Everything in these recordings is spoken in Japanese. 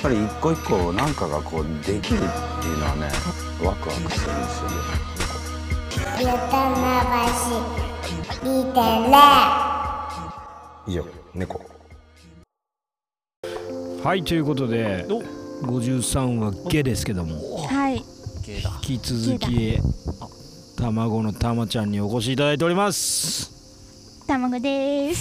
ぱり一個一個なんかがこうできるっていうのはね、ワクワクするんですよね。 ヨタナバシ2.0。 以上、猫。 はい、ということで53はゲですけども、 はい、 引き続き卵のたまちゃんにお越しいただいております。 卵です。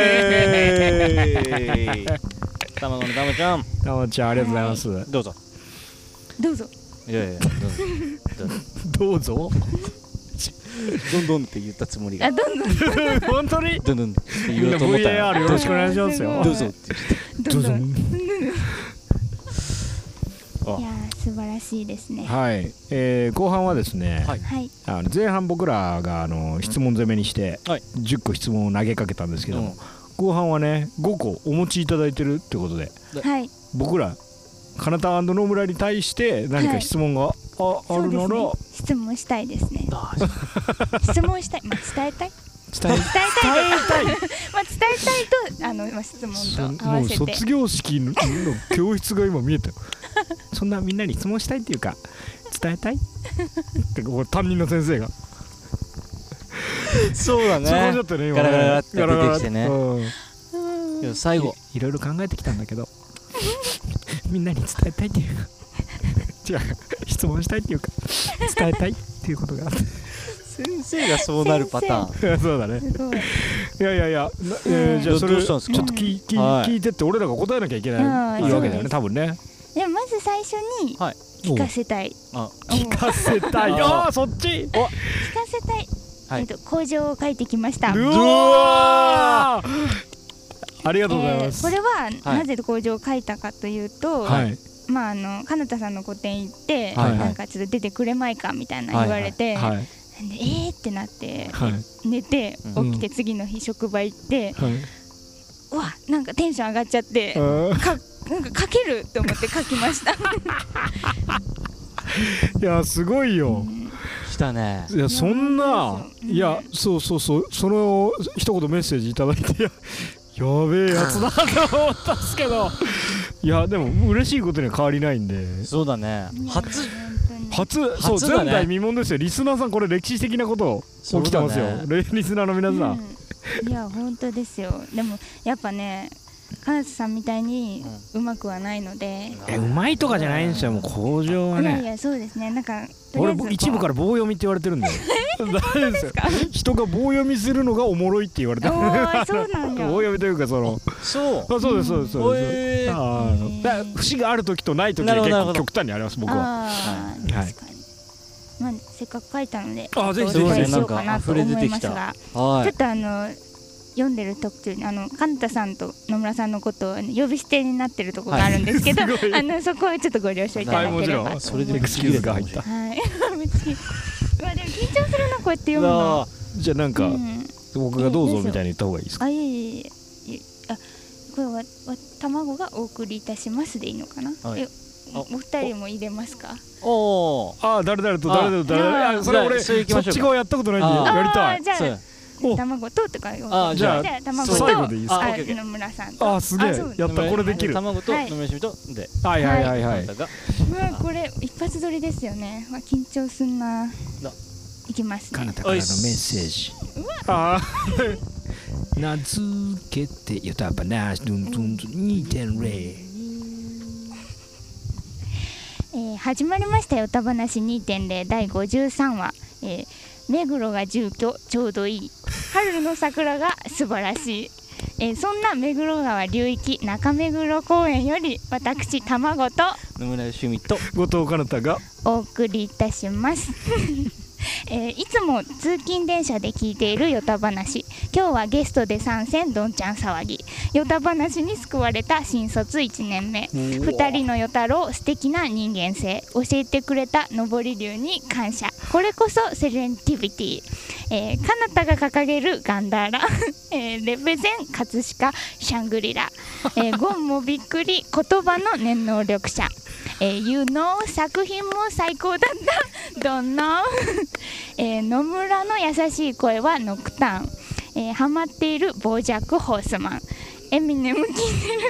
卵のたまちゃん。 たまちゃん、ありがとうございます。 どうぞ。 どうぞ。 いやいや、 どうぞ。 どんどんって言ったつもりが。 あ、どんどん。 本当に。 どんどんって言おうと思ったら。 VAR よろしくお願いしますよ。 どうぞって言って。 どうぞ。 いやー、素晴らしいですね。 はい、後半はですね、 はい、 前半僕らが質問攻めにして10個質問を投げかけたんですけども、後半はね5個お持ちいただいてるってことで、 はい、 僕らかなた&野村に対して何か質問が、あるなら、ね、 質問したいですね。質問したい、まあ、伝えたいまあ、伝えたいと質問と合わせて、 もう卒業式の教室が今見えたよ。そんなみんなに質問したいっていうか伝えたいって担任の先生がそうだね。 そうだったね、今ね。 ガラガラって出てきてね。最後いろいろ考えてきたんだけどみんなに伝えたいっていうか違う、質問したいっていうか伝えたいっていうことがあって先生がそうなるパターン。 そうだね。いや、じゃあそれちょっと聞いてって俺らが答えなきゃいけないわけだよね、多分ね。 でもまず最初に聞かせたい。 聞かせたい。ああ、そっち。聞かせたい。工場を書いてきました。 うわー、ありがとうございます。 これはなぜ工場を書いたかというと、まあかなたさんの個展行ってなんかちょっと出てくれまいかみたいな言われて、ってなって寝て起きて次の日職場行って、うわ、なんかテンション上がっちゃってなんか書けると思って書きました。 いや、すごいよ。 したね。 いや、そんな、いや、そう、その一言メッセージいただいて、やべえやつだと思ったんですけど、いや、でも嬉しいことには変わりないんで。 そうだね。 そう、前代未聞ですよ。リスナーさん、これ歴史的なこと起きてますよ、リスナーの皆さん。 いや、本当ですよ。でもやっぱね、かなたさんみたいにうまくはないので。 うまいとかじゃないんですよ、もう工場はね。 いや、そうですね。なんか俺一部から棒読みって言われてるんだよ。大丈夫ですよ。人が棒読みするのがおもろいって言われてる。 そうなんや。 棒読みというか、そうです。節がある時とない時が結構極端にあります、僕は。 確かに。まあ、せっかく書いたのでぜひお伝えしようかなと思いますが、ちょっと読んでる途中にかなたさんと野村さんのことを呼び捨てになってるところがあるんですけど、そこをちょっとご了承いただければ。 それでエクスキューズが入った。 はい。でも緊張するな、こうやって読むの。 じゃあなんか僕がどうぞみたいに言った方がいいですか。 いえ、これは卵がお送りいたしますでいいのかな。お二人も入れますか。 誰とそれ俺そっち側やったことないんでやりたい。 じゃあ卵ととか言おう。 じゃあ卵と野村さんと。 すげえ、やった、これできる。 卵と野村しみとで。 はい。 これ一発撮りですよね。緊張すんな。いきますね。 かなたからのメッセージ。名付けてヨタ話2.0。 始まりましたヨタ話 2.0 第53話、目黒が住居ちょうどいい、春の桜が素晴らしい、そんな目黒川流域中目黒公園より私卵と野村趣味と後藤かなたがお送りいたしますいつも通勤電車で聞いているヨタ話、今日はゲストで参戦どんちゃん騒ぎ、ヨタ話に救われた新卒1年目、2人のヨタ郎素敵な人間性、教えてくれた上り流に感謝、これこそセレンティビティ、かなたが掲げるガンダーラレペゼン葛飾シャングリラ、ゴンもびっくり言葉の念能力者、You know 作品も最高だったDon't know 野村の優しい声はノクターン、ハマっているボージャックホースマン、エミネム聞いてる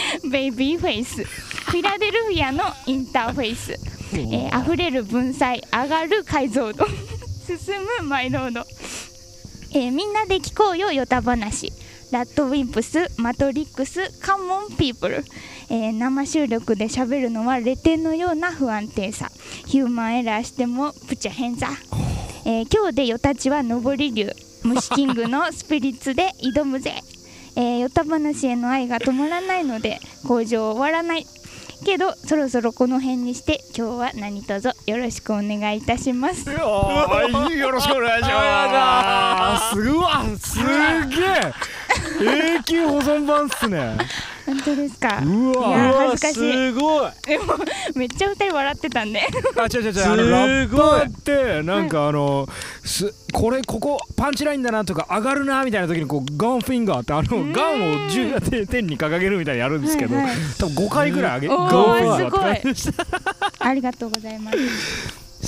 ベイビーフェイス、フィラデルフィアのインターフェイス、溢れる文才、上がる解像度進むマイロード、みんなで聞こうよヨタ話、ラッドウィンプス、マトリックス、カモンピープル、生収録で喋るのはレテンのような不安定さ、ヒューマンエラーしてもプチャヘンザ、今日でヨタチは上り竜、虫キングのスピリッツで挑むぜ、ヨタ話への愛が止まらないので工場終わらないけど、そろそろこの辺にして今日は何卒よろしくお願いいたします。 よろしくお願いします。すげえ永久保存版っすね。 本当ですか。 うわいや恥ずかしい。 すごい。 でもめっちゃ二人笑ってたんで。 違うラッパーってなんかここパンチラインだなとか上がるなみたいな時にこうガンフィンガーってガンを天に掲げるみたいにやるんですけど、多分5回ぐらいガンフィンガーってありがとうございます。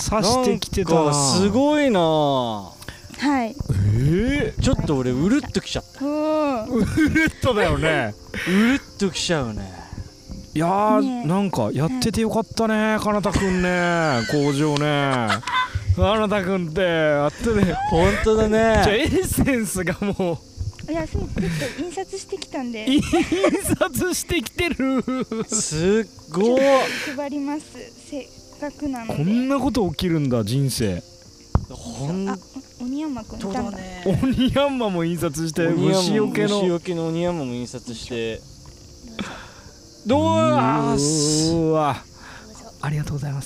刺してきてたな。 すごいな。 はい。 ちょっと俺うるっときちゃった。 うるっとだよね。 うるっときちゃうね。 いやー、なんかやっててよかったね、かなたくんね、工場ね。かなたくんってやってて本当だね。 じゃエッセンスがもう、いやそうちょっと印刷してきたんで。 印刷してきてる。 すっごい。 配ります。せっかくなので。 こんなこと起きるんだ人生。 鬼山くんいたんだね。 鬼山も印刷して、虫よけの鬼山も印刷して。 うわありがとうございます。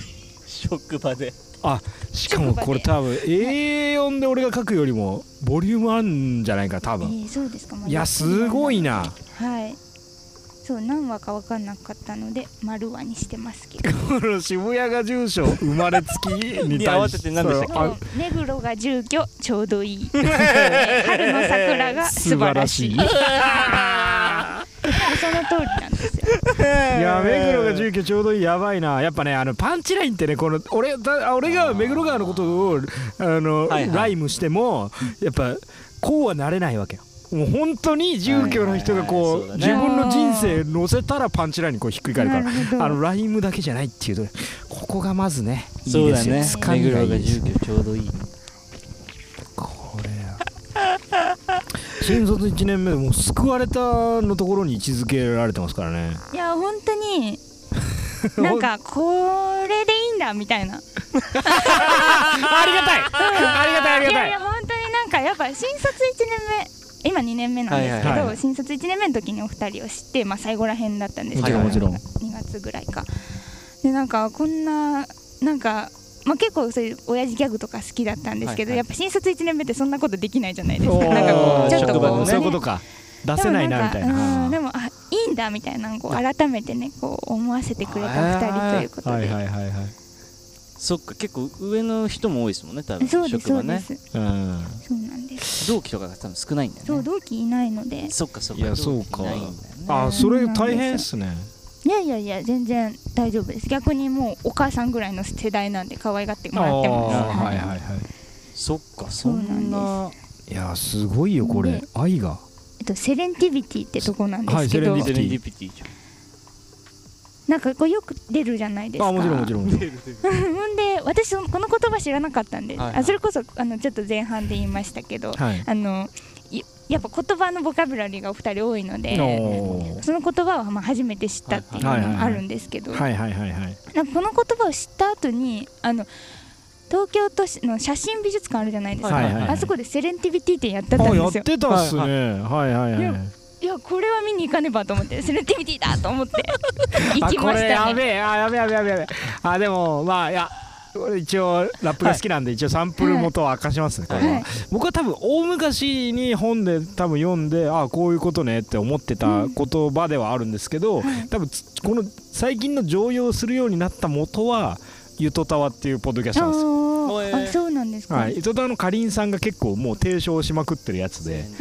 職場で。 しかもこれ多分 A4 で俺が書くよりもボリュームあるんじゃないか多分。 そうですか。 いやすごいな。 はい。そう何話か分かんなかったので丸話にしてますけど。 この渋谷が住所生まれつきに対して何でしたっけ。目黒が住居ちょうどいい。春の桜が素晴らしい。その通りなんですよ。 いや目黒が住居ちょうどいい、やばいな。やっぱねパンチラインってね、この俺が目黒川のことをライムしてもやっぱこうはなれないわけよ。もう本当に住居の人がこう自分の人生乗せたらパンチラインにこうひっくり返るから、ライムだけじゃないっていうとここがまずねいいですよ。 そうだね。目黒が住居ちょうどいい。 これ新卒1年目でもう救われたのところに位置づけられてますからね。 いや本当になんかこれでいいんだみたいな。ありがたいありがたいありがたい。 いや本当になんかやっぱ新卒1年目今2年目なんですけど、新卒1年目の時にお二人を知って、最後らへんだったんですけど、 もちろん 2月ぐらいかで、なんかこんななんか結構そういう親父ギャグとか好きだったんですけど、やっぱ新卒1年目ってそんなことできないじゃないですか。なんかこうちょっとこうそういうことか出せないなみたいな。 でもいいんだみたいなこう改めてねこう思わせてくれた2人ということで。 そっか、結構上の人も多いですもんね、多分。 そうですそうです。 そうなんです。 同期とかが多分少ないんだよね。 そう同期いないので。 そっかそっか。 いやそうか。それ大変っすね。 いや全然大丈夫です。逆にもうお母さんぐらいの世代なんで可愛がってもらってます。 そっか、そんな。 いやすごいよこれ愛が。 セレンティビティってとこなんですけど。 セレンティビティじゃん。 なんかこうよく出るじゃないですか。 もちろんもちろん。 ほんで私この言葉知らなかったんで、それこそちょっと前半で言いましたけど、やっぱ言葉のボキャブラリーがお二人多いので、その言葉は初めて知ったっていうのもあるんですけど、この言葉を知った後に東京都市の写真美術館あるじゃないですか。あそこでセレンティビティ展やってたんですよ。 やってたっすね。 いやこれは見に行かねばと思ってセレンティビティだと思って行きましたね。 これやべえやべえ。でもいや一応ラップが好きなんで一応サンプル元を明かしますね。僕は多分大昔に本で多分読んでこういうことねって思ってた言葉ではあるんですけど、多分この最近の常用するようになった元はゆとたわっていうポッドキャストなんですよ。 そうなんですか。 ゆとたわのかりんさんが結構もう提唱しまくってるやつで。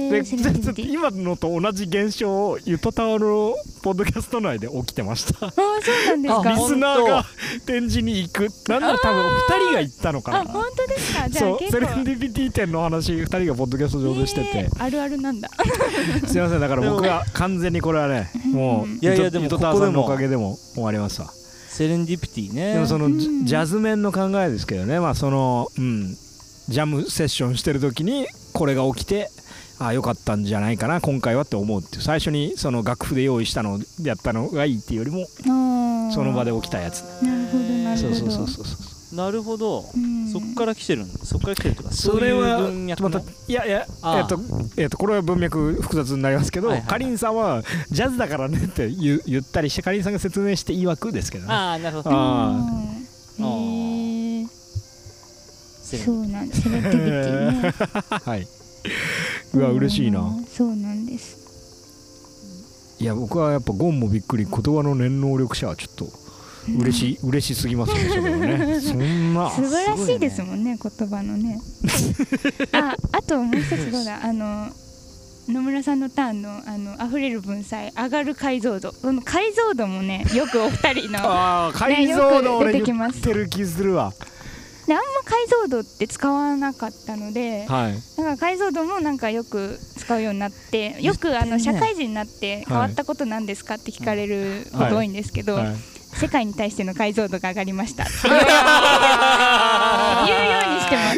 でセレンディピティ。 今のと同じ現象をゆとたわのポッドキャスト内で起きてましたああ、そうなんですか。 リスナーが展示に行くなんなら多分2人が行ったのかあ、 な。 本当ですか。じゃあそう結構セレンディピティ展の話2人がポッドキャスト上でしてて、 あるあるなんだ。 すいませんだから僕は完全にこれはねもういやいやでもゆとたわさんのおかげでも終わりますわ。 セレンディピティね。 でもそのジャズ面の考えですけどね、まあそのジャムセッションしてる時にこれが起きて、ああよかったんじゃないかな今回はって思うっていう、最初にその楽譜で用意したのをやったのがいいっていうよりもその場で起きたやつ。 なるほどなるほど。 そうなるほど。そっから来てるんだ。そっから来てるとか。 それはそういう文脈のまたいやこれは文脈複雑になりますけど、かりんさんはジャズだからねって言ったりして、かりんさんが説明して曰くですけどね。 ああなるほど。 そうなんだ。セレンディピティね。 はい。うわ嬉しいな。 そうなんです。 いや僕はやっぱゴンもびっくり、言葉の念能力者はちょっと嬉しすぎますねそれはね。そんな素晴らしいですもんね、言葉のね。あともう一つそうだ、野村さんのターンの溢れる文才、上がる解像度、その解像度もねよくお二人の解像度俺出てきます。 言ってる気するわ。 であんま解像度って使わなかったので、 はい、 なんか解像度もなんかよく使うようになって、よく社会人になって変わったことなんですかって聞かれること多いんですけど、世界に対しての解像度が上がりましたって言うようにしてます。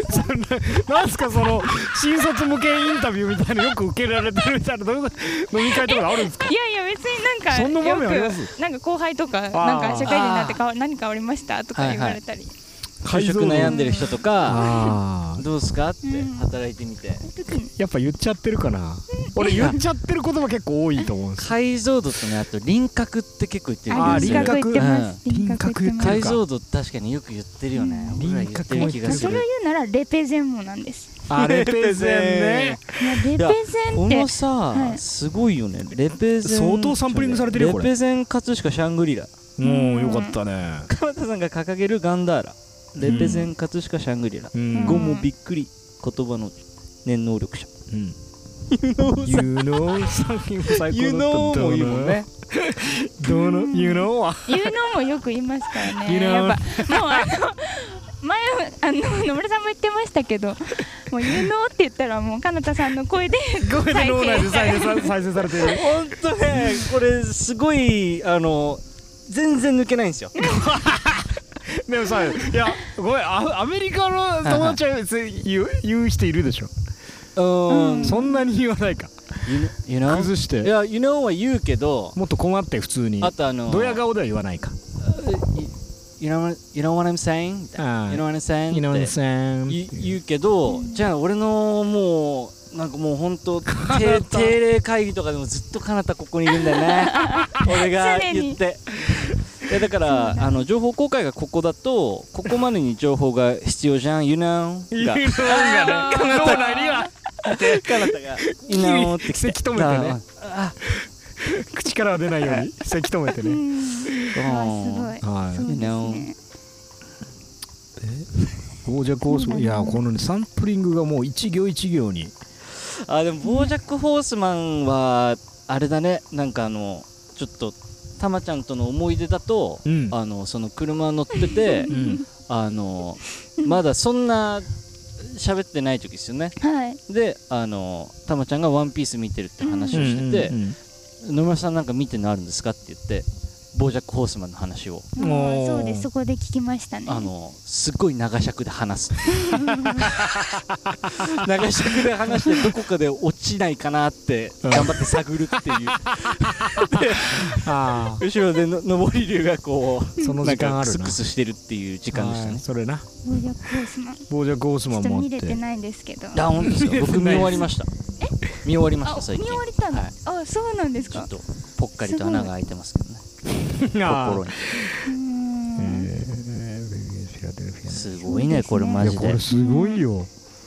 なんすかその新卒向けインタビューみたいなよく受けられてるみたいな飲み会とかあるんですか。 いやいや別になんかそんな場面あります？ なんか後輩とかなんか社会人になって何変わりましたとか言われたり。 就職悩んでる人とかどうすかって働いてみて、 やっぱ言っちゃってるかな。俺言っちゃってる言葉結構多いと思うんです。 解像度とね、あと輪郭って結構言ってる。 輪郭言ってます。 輪郭言ってるか。 解像度確かによく言ってるよね。 輪郭も気がする。 それを言うならレペゼンもなんです。 レペゼンね。 レペゼンってこのさすごいよね。レペゼン相当サンプリングされてるよこれ。 レペゼン葛飾シャングリラ。 もうよかったね。 鎌田さんが掲げるガンダーラ。レペゼン葛飾シャングリラ、語もびっくり、言葉の念能力者。 You know もいいもんね。You know は You know もよく言いますからね。やっぱもう前野村さんも言ってましたけど、もう You know って言ったらもうかなたさんの声で脳内で再生されてる。 本当ね、これすごい全然抜けないんですよ。 でもさ、いやごめん、アメリカの友達は別に言う人いるでしょ。そんなに言わないか。崩して。 いや You know は言うけど、 もっと困って普通に。 あとドヤ顔では言わないか。 You know what I'm saying? You know what I'm saying? You know what I'm saying? 言うけど、じゃあ俺のもうなんかもう本当定例会議とかでもずっとかなたここにいるんだよね。俺が言って。だから情報公開がここだと、ここまでに情報が必要じゃん。You know がね、かなたがYou know ってせき止めてね。口からは出ないようにせき止めてね。 すごい。 You know。 ボージャックホースマン、いやこのサンプリングがもう一行一行に。 でもボージャックホースマンはあれだね、なんかちょっとたまちゃんとの思い出だと、その車乗ってて、まだそんな喋ってない時ですよね。でたまちゃんがワンピース見てるって話をしてて、野村さんなんか見てるのあるんですかって言って、ボージャックホースマンの話を。 そうです、そこで聞きましたね。 すっごい長尺で話す長尺で話してどこかで落ちないかなって頑張って探るっていうで後ろで上り竜がこうその時間あるな、 クスクスしてるっていう時間でしたね。 それな、 ボージャックホースマン、 ボージャックホースマンもあって、 ちょっと見れてないんですけど。 本当ですか。僕見終わりました。見終わりました最近。 見終わりたの？そうなんですか。 ちょっとぽっかりと穴が開いてますけどね。心に。すごいねこれマジで。 これすごいよ。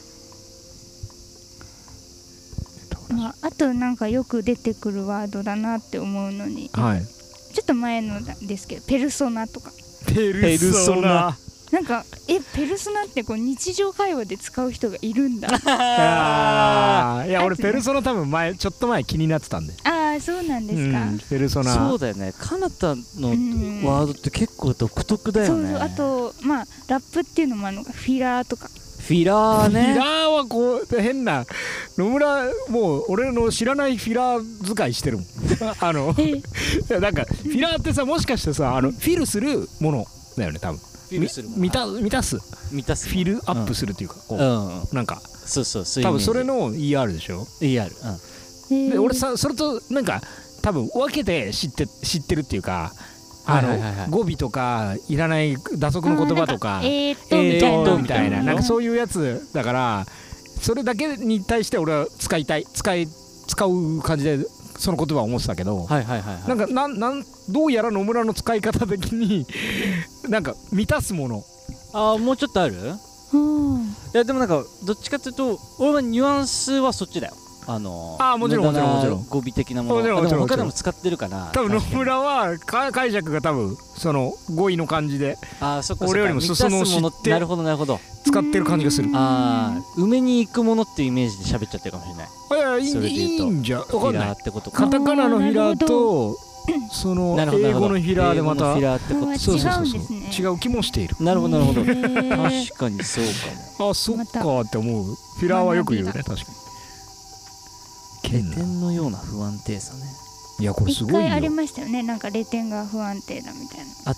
あとなんかよく出てくるワードだなって思うのに、ちょっと前のですけど、ペルソナとか。 ペルソナなんかペルソナってこう日常会話で使う人がいるんだ。 いや俺ペルソナ多分ちょっと前気になってたんで。 ああそうなんですか。 ペルソナ。 そうだよね。カナタのワードって結構独特だよね。 そうあとまあラップっていうのもあるのか、フィラーとか。 フィラーね。 フィラーはこう変な野村もう俺の知らないフィラー使いしてるもん。いやなんかフィラーってさ、もしかしてさフィルするものだよね多分。 フィルするもの。 満たす。フィルアップするっていうか、こうなんかそう多分それの ER でしょ。 ER。 で俺さそれとなんか多分分けて知ってるっていうか。語尾とかいらない打足の言葉とかみたいな、なんかそういうやつだから、それだけに対して俺は使う感じでその言葉を思ってたけど、なんかどうやら野村の使い方的になんか満たすもの。 もうちょっとある？いやでもなんかどっちかっていうと俺はニュアンスはそっちだよ。 もちろん語尾的なもの。でも他でも使ってるかな。 多分野村は解釈が多分その語彙の感じで俺よりもその知ってなるほど使ってる感じがする。 埋めに行くものっていうイメージで喋っちゃってるかもしれない。 いいんじゃ分かんない。 カタカナのフィラーとその英語のフィラーでまた違う気もしている。 なるほど確かにそうかも。 そっかって思う。フィラーはよく言うね確かに。 レ点のような不安定さね。 いやこれすごいよ。 一回ありましたよね、なんかレ点が不安定だみたいな。 あ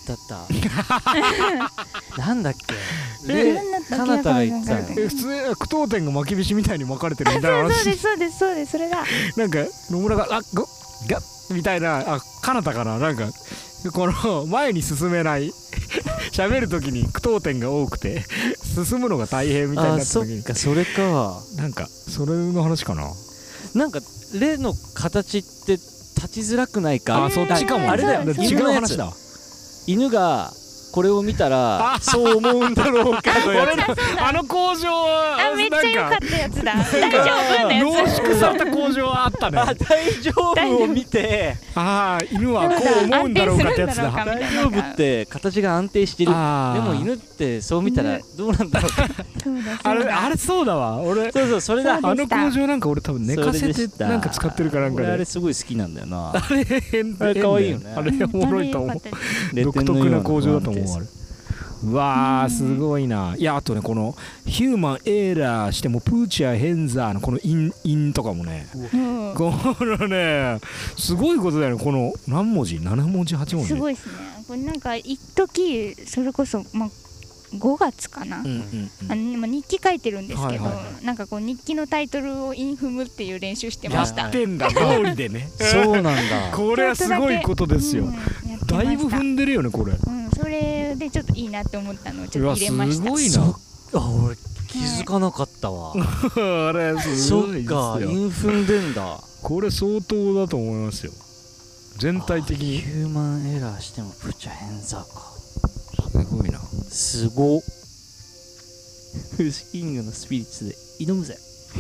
ったなんだっけ。カナタが言ってたよ。 普通句読点が巻き節みたいに巻かれてるみたいな話。 そうですそれだ。 なんか野村がガッみたいな、カナタかな、なんかこの前に進めない喋る時に句読点が多くて進むのが大変みたいになった時に。 そっかそれか。 なんかそれの話かな。 なんかレの形って立ちづらくないか。 そっちかも。 あれだよ、 違う話だ。 犬がこれを見たらそう思うんだろうかとやつ。 工場はめっちゃ良かったやつだ。大丈夫なやつ。 濃縮された工場はあったね。 大丈夫を見て犬はこう思うんだろうかってやつだ。 大丈夫って形が安定してる。でも犬ってそう見たらどうなんだろうか。 あれそうだわ。俺それだ。 工場なんか俺多分寝かせてなんか使ってるかなんかで。 あれすごい好きなんだよな。 あれ可愛いよね。あれおもろいと思う。独特な工場だと思う。うわーすごいな。いやあとね、このヒューマンエラーしてもプーチャーヘンザーのこのインとかもね、このねすごいことだよね。この何文字7文字8文字すごいですね。これなんか一時それこそ5月かな、日記書いてるんですけど、なんかこう日記のタイトルをインフムっていう練習してました。 やってんだ通りでね。 そうなんだ。 これはすごいことですよ。だいぶ踏んでるよねこれ。 それでちょっといいなって思ったのをちょっと入れました。 すごいな。 俺気づかなかったわ。 あれすごいですよ。 そっか、イン踏んでんだ。 これ相当だと思いますよ。全体的に。 ヒューマンエラーしてもプチャヘンザーか。 すごいな。 すごっ。フシキングのスピリッツで挑むぜ。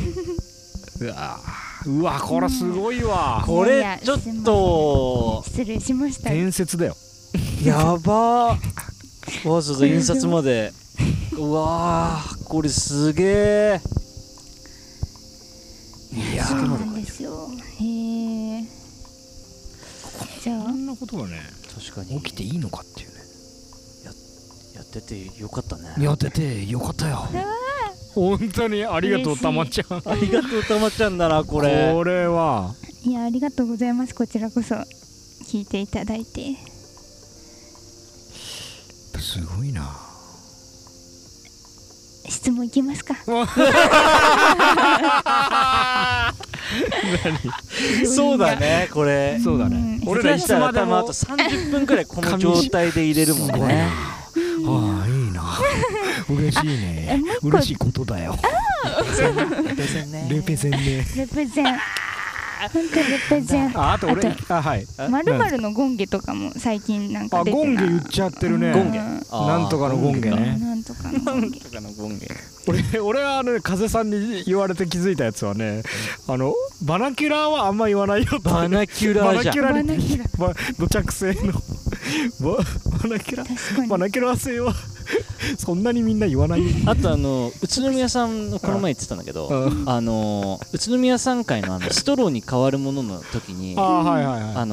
うわこれすごいわ。 これちょっと失礼しました。 伝説だよ。 やばー。わざわざ印刷まで。うわーこれすげえ。 いやそうなんですよ。じゃあこんなことがね確かに起きていいのかっていうね。 やっててよかったね。 やっててよかったよ。本当にありがとうたまちゃん。 ありがとうたまちゃんだなこれ。 これはいやありがとうございます。こちらこそ聞いていただいて。 すごいな。 質問いきますか。 そうだねこれ。 そうだね。 俺らいつまでもあと30分くらいこの状態で入れるもんね。 ああいいな。嬉しいね。嬉しいことだよ。レペゼンね。 レペゼン。本当レペゼン。 あと俺はい 〇〇のゴンゲとかも最近なんか出てゴンゲ言っちゃってるね。 ゴンゲなんとかのゴンゲね。 なんとかのゴンゲ。 俺はね風さんに言われて気づいたやつはね、バナキュラーはあんま言わないよって。 バナキュラーじゃん。 バナキュラー土着性のバナキュラー性はそんなにみんな言わない。 あと宇都宮さんのこの前言ってたんだけど、宇都宮さん会のストローに変わるものの時に、 はいはいはい、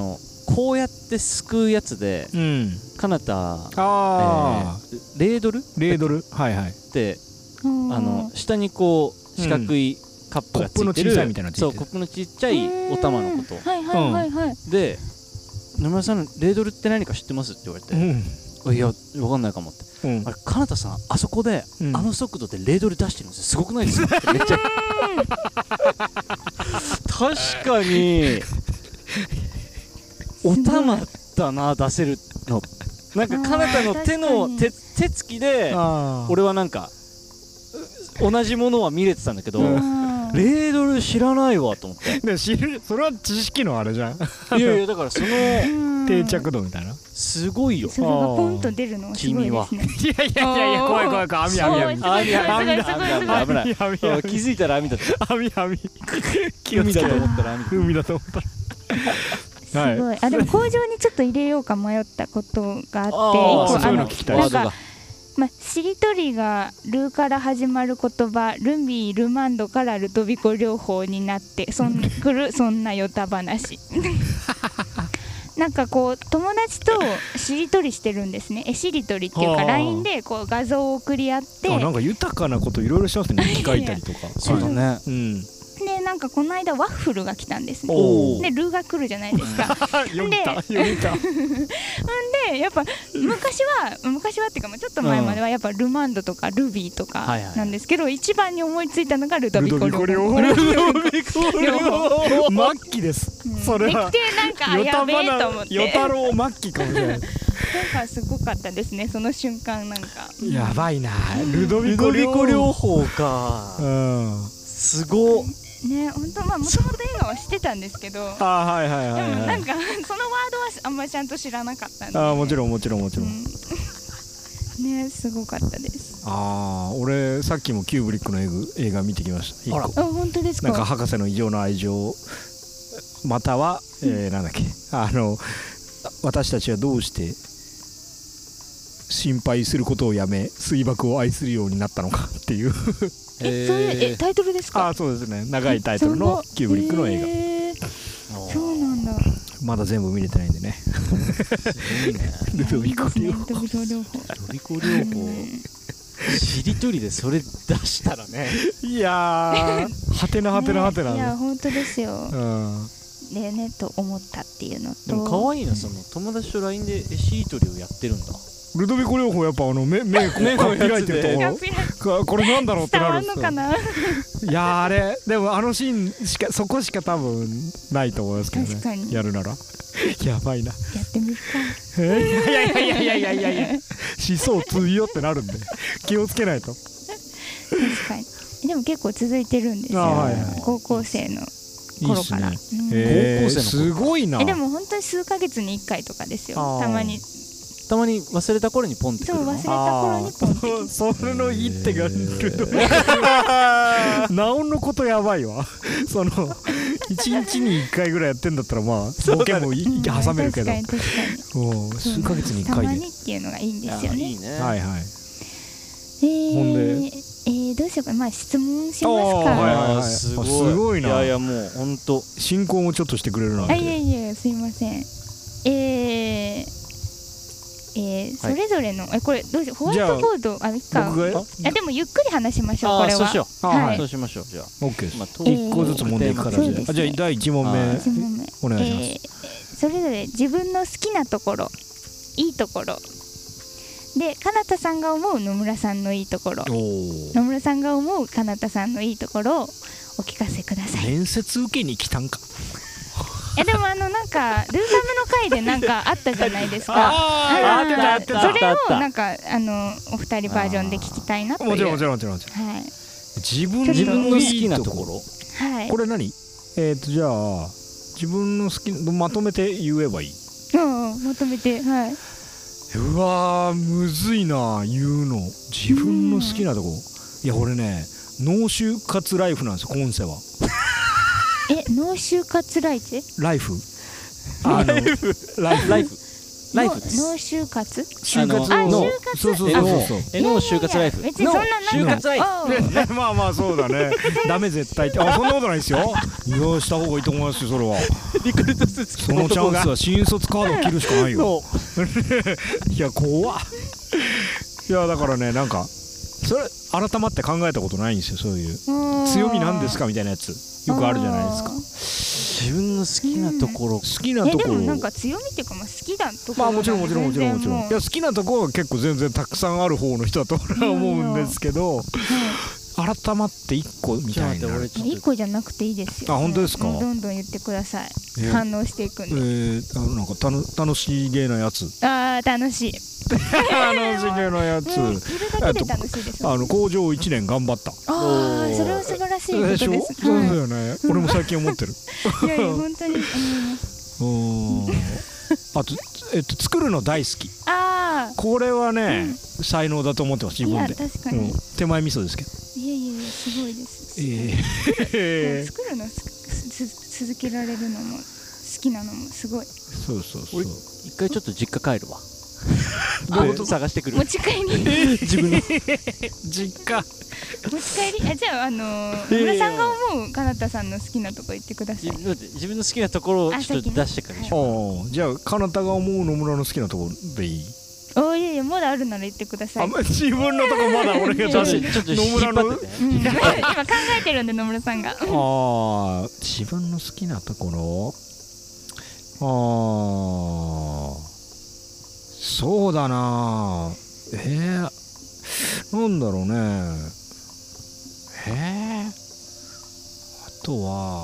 こうやってすくうやつで、かなたレードルはいはいで下にこう四角いカップがついてる、そうコップのちっちゃいお玉のこと、 はいはいはいはい、 で野村さんレードルって何か知ってますって言われて、いやわかんないかもって、あれかなたさんあそこであの速度でレードル出してるんですよ、すごくないですかってめっちゃ確かにお玉だな出せるの、なんかかなたの手つきで俺はなんか同じものは見れてたんだけど、レードル知らないわと思って。 でそれは知識のあれじゃん。 いやいやだからその定着度みたいな。 すごいよ。 それがポンと出るのはすごいですね。 いやいやいやいや怖い怖い怖い、網だ危ない。気づいたら網だった。 海だと思ったら海だと思ったら。 すごい。あでも工場にちょっと入れようか迷ったことがあって、 そういうの聞きたい。 なんかしりとりがルから始まる言葉、ルミルマンドからルトビコ療法になって来るそんなヨタ話なんかこう友達としりとりしてるんですね。しりとりっていうか LINE でこう画像を送り合って、 なんか豊かなこといろいろしますね。日記書いたりとか。 そうだね。 でなんかこの間ワッフルが来たんですね。でルが来るじゃないですか。 読みたでやっぱ昔はっていうかちょっと前まではやっぱルマンドとかルビーとかなんですけど、一番に思いついたのがルドビコ療法。末期です。それは。 でなんかやべえと思って。 与太郎末期かもしれない。 なんかすごかったですね、その瞬間なんか。 やばいな。ルドビコ療法か。すごっ。 ね、本当もともと映画はしてたんですけど、でもなんかそのワードはあんまりちゃんと知らなかったんで。 もちろん。 ね、すごかったです。 俺さっきもキューブリックの映画見てきました。 本当ですか。 なんか博士の異常な愛情、またはなんだっけ、私たちはどうして心配することをやめ水爆を愛するようになったのかっていうそういうタイトルですか。 そうですね、長いタイトルのキューブリックの映画。 そうなんだ。 まだ全部見れてないんでね。ルドビコ療法しりとりでそれ出したらね、 いやはてな。 いや本当ですよ。ねと思ったっていうのと。 でも可愛いな、その友達と LINE でしりとりをやってるんだ。 ルドビコ療法やっぱ目こう開いてるところこれなんだろうってなるんですよ。いやあれでもあのシーンしかそこしか多分ないと思いますけどね。やるならやばいな。 やってみるか。 いや思想強ってなるんで気をつけないと。 確かに。でも結構続いてるんですよ。高校生の頃から。高校生のすごいな。 でも本当に数ヶ月に1回とかですよ。たまに忘れた頃にポンってくるの。 そう忘れた頃にポンって。 それの一手がルドビコ。ナオンのことやばいわ。その1日に1回ぐらいやってんだったらボケも挟めるけど。 確かに。 数ヶ月に1回で。 たまにっていうのがいいんですよね。 いいね。 はい。 ほんでどうしようか。質問しますか。 すごいな。 いやもう本当進行もちょっとしてくれるなんて。 いやすいません。それぞれのこれどうしよう。ホワイトボードでもゆっくり話しましょう。これはそうしましょう。じゃあ OK です。1個ずつ問題いくからじゃあ第1問目お願いします。 それぞれ自分の好きなところ、いいところで、かなたさんが思う野村さんのいいところ、野村さんが思うかなたさんのいいところをお聞かせください。 面接受けに来たんか。 でもなんかルータムの回でなんかあったじゃないですか。 あったそれをなんかお二人バージョンで聞きたいなという。 もちろん。自分の好きなところ。これ何？じゃあ自分の好きまとめて言えばいい。 まとめてうわむずいな言うの。自分の好きなところ。いや俺ね脳就活ライフなんですよ今世は。 脳就活ライフ。 ライフライフです。 脳就活就活の就活そうそうそうそう脳就活ライフ別にそんな就活ライフ。 でまあまあそうだねダメ絶対ってそんなことないですよいやした方がいいと思いますよそれはリクルートスーツそのチャンスは新卒カードを切るしかないよそういや怖っいやだからねなんかそれ改まって考えたことないんですよそういう強みなんですかみたいなやつよくあるじゃないですか自分の好きなところ、 好きなところでもなんか強みっていうか好きなところまあもちろんもちろんもちろんもちろんい全然もうや好きなところは結構全然たくさんある方の人だと俺は思うんですけど改まって1個みたいな 1個じゃなくていいですよ。 あ本当ですかどんどん言ってください。反応していくんで。 なんか楽しげなやつあー楽しい。 楽しげなやついるだけで楽しいです。 工場1年頑張ったああそれは素晴らしいことです。 そうだよね俺も最近思ってるいやいや本当に思います。 あと作るの大好きああこれはね才能だと思ってます自分でいや確かに手前味噌ですけどいやいやいやすごいです。作るの続けられるのも好きなのもすごい。 そうそうそう一回ちょっと実家帰るわ探してくる持ち帰り自分の実家持ち帰りじゃあ野村さんが思うかなたさんの好きなとこ言ってください。 自分の好きなところをちょっと出してからでしょじゃあかなたが思う野村の好きなところでいいおいやいやまだあるなら言ってください。 自分のとこまだ俺が出しちょっと野村の今考えてるんで野村さんが自分の好きなところそうだななんだろうねあとは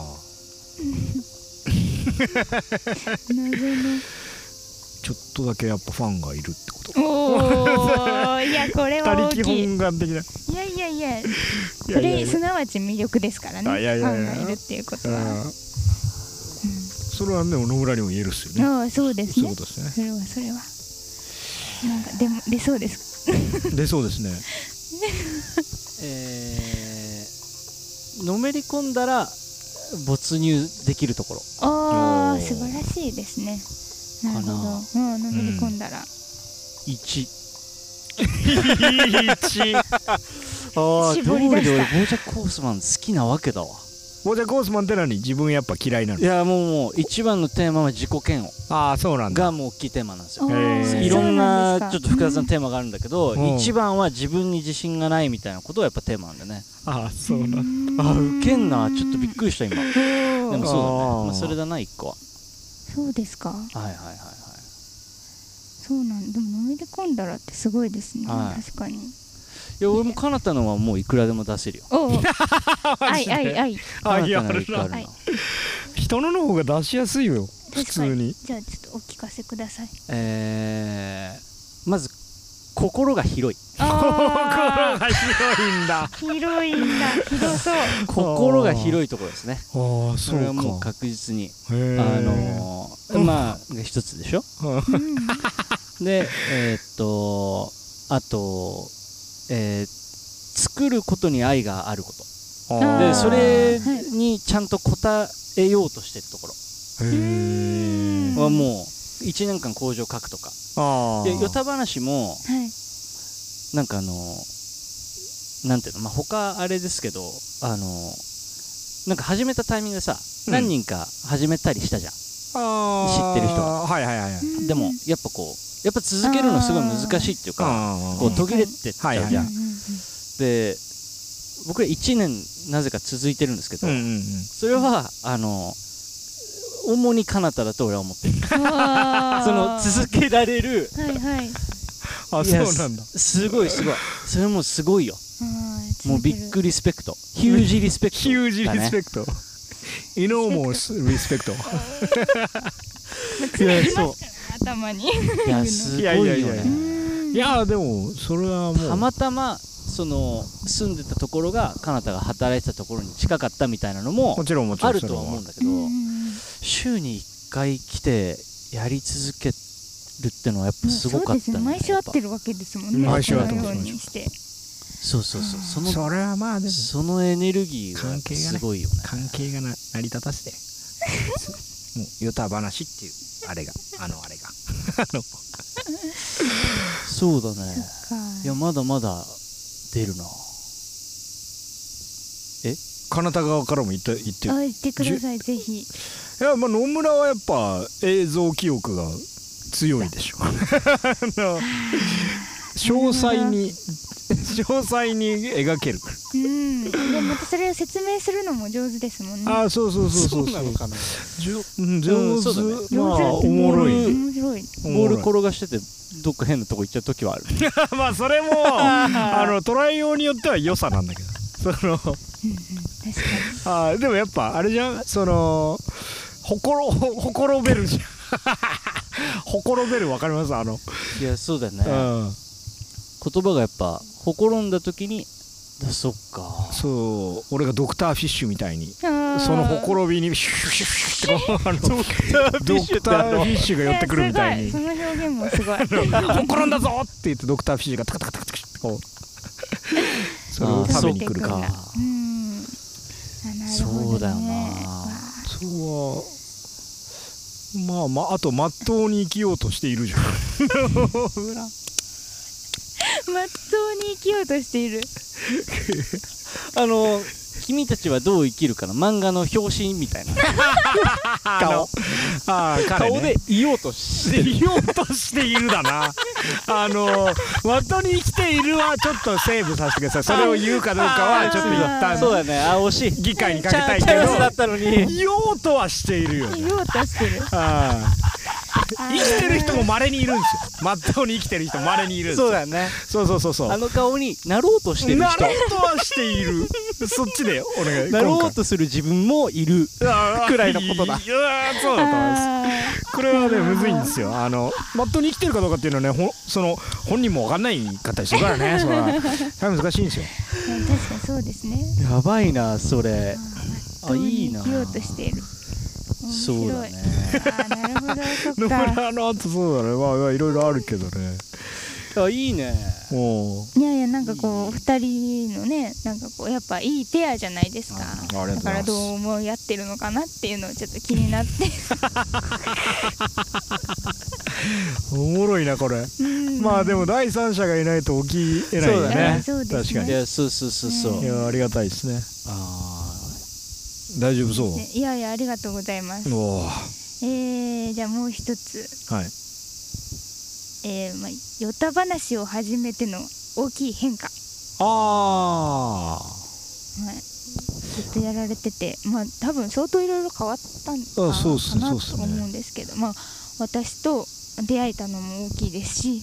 謎のちょっとだけやっぱファンがいるってことおおいやこれは大他力きい。 本願的ないやいやいやそれすなわち魅力ですからね。フいやいやいやァンがいるっていうことは。 それはね野村にも言えるっすよねああそうですね。 そういうことですねそれはなんかでも出そうです。 出そうですねのめり込んだら没入できるところああ素晴らしいですね。なるほど。のめり込んだら 1 絞り出したどうりで俺ボージャック・ホースマン好きなわけだわ。 ボージャック・ホースマンって何自分やっぱ嫌いなのいやもう一番のテーマは自己嫌悪そうなんだがもう大きいテーマなんですよ。 へいろんなそうなんですかちょっと複雑なテーマがあるんだけど、 うん一番は自分に自信がないみたいなことがやっぱテーマなんだね。 そうなんだウケんな、ちょっとびっくりした今。でもそうだね、それだな1個は。 そうですか。 はいはいはいはい。 そうなんでものめり込んだらってすごいですね。 はい確かに。 いや俺もかなたのはもういくらでも出せるよ。 おお愛かなたならいくらあるな。 人の方が出しやすいよ普通に。 じゃあちょっとお聞かせください。 まず心が広い。 心が広いんだ広いんだ。広そう。 心が広いところですね。 そうそれはもうか確実にへまあ一つでしょ。であと作ることに愛があることでそれにちゃんと応えようとしてるところはもう1年間工場書くとかでヨタ話もなんかなんていうの他あれですけどなんか始めたタイミングでさ何人か始めたりしたじゃん知ってる人がでもやっぱ続けるのすごい難しいっていうかこう途切れてっちゃうじゃんで僕ら1年なぜか続いてるんですけどそれは主にかなただと俺は思ってるその続けられるそうなんだすごいそれもすごいよもうビッグリスペクトヒュージリスペクトヒュージリスペクトイノーモスリスペクト頭にいやすごいよねいやでもそれはもうたまたまその住んでたところがかなたが働いてたところに近かったみたいなのもあるとは思うんだけど週に1回来てやり続けるってのはやっぱすごかったね。 毎週会ってるわけですもんね。 毎週会ってます。 そうそれはまあでもそのエネルギーがすごいよね。 関係が成り立たせてもうヨタ話っていうあれがあれがそうだね。いやまだまだ出るな。 金田側からも言って言ってくださいぜひ。 いやまあ野村はやっぱ映像記憶が強いでしょ詳細に描ける。 でまたそれを説明するのも上手ですもんね。 あ、そうなのかな。 上手、 まあおもろい。 面白い。 ボール転がしててどっか変なとこ行っちゃう時はある。 まあそれも捉えようによっては良さなんだけど、 確かに。 でもやっぱあれじゃん、ほころべるじゃんほころべるわかります？ いやそうだね、言葉がやっぱほころんだ時にそっか、 そう、俺がドクターフィッシュみたいにそのほころびにシュッシュッシュッってドクターフィッシュが寄ってくるみたいに、 その表現もすごいほころんだぞって言ってドクターフィッシュがタカタカタカタってこうそれを食べに来るか。 そうだよな。 そうはまああとまっとうに生きようとしているじゃんまっとうに生きようとしている君たちはどう生きるかな、漫画の表紙みたいな顔でいようとしているだなまっとうに生きているはちょっとセーブさせてください。それを言うかどうかはちょっと一旦そうだね、惜しい、 議会にかけたいけどチャンスだったのに言おうとはしているよね。 言おうとしてる。 生きてる人も稀にいるんですよ。まっとうに生きてる人も稀にいるんですよ。 そうだよね。 そうあの顔になろうとしてる人、 なろうとはしているそっちでお願い。 なろうとする自分もいるくらいのことだ。 いやそうだと思います。これはねむずいんですよ。まっとうに生きてるかどうかっていうのはね、本人も分かんないかったりするからねそれは難しいんですよ。 確かにそうですね。 やばいなそれ。いいな。 生きようとしている。 そうだね。 なるほど、そっか。 野村の後そうだね。まあいろいろあるけどね。 いいね。 いやなんかこう2人のね、なんかこうやっぱいいペアじゃないですか。だからどう思い合ってるのかなっていうのをちょっと気になっておもろいなこれ。まあでも第三者がいないと起きえないよね。確かに。 いやそう。 いやありがたいですね。大丈夫そう？ いやありがとうございます。じゃあもう一つ。 はい。 ヨタ話を始めての大きい変化。 はい。 ずっとやられてて、多分相当いろいろ変わったんかなと思うんですけど、私と出会えたのも大きいですし。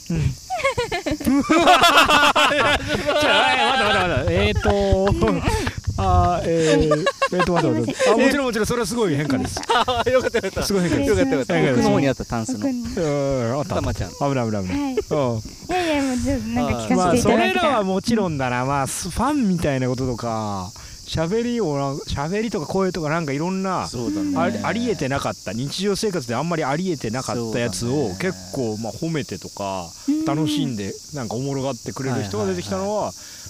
もちろんそれはすごい変化です。 よかった。すごい変化。よかった。奥の方にあったタンスの。たまちゃん。 危ない。 いやもうなんか聞かせていただきたい。 まあそれらはもちろんだな。まあファンみたいなこととか。喋りとか声とかなんかいろんなありえてなかった日常生活であんまりありえてなかったやつを結構褒めてとか楽しんでなんかおもろがってくれる人が出てきたのは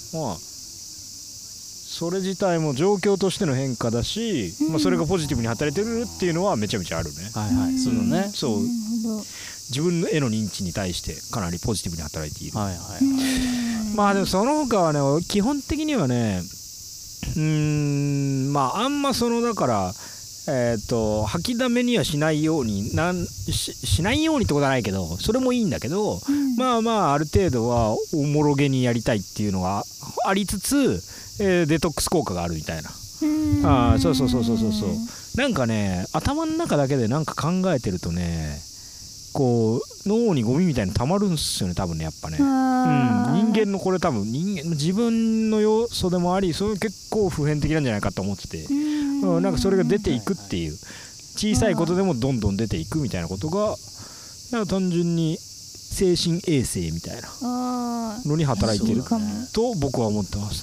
それ自体も状況としての変化だしそれがポジティブに働いてるっていうのはめちゃめちゃあるね。 そうだね。 そう自分への認知に対してかなりポジティブに働いている。まあでもその他はね基本的にはねあんまだから吐きだめにはしないようにしないようにってことはないけどそれもいいんだけど、ある程度はおもろげにやりたいっていうのがありつつ、デトックス効果があるみたいな。そうなんかね頭の中だけでなんか考えてるとねこう脳にゴミみたいに溜まるんすよね多分ねやっぱね。人間のこれ多分自分の要素でもありそれ結構普遍的なんじゃないかと思ってて、なんかそれが出ていくっていう小さいことでもどんどん出ていくみたいなことがなんか単純に精神衛生みたいなのに働いてると僕は思ってます。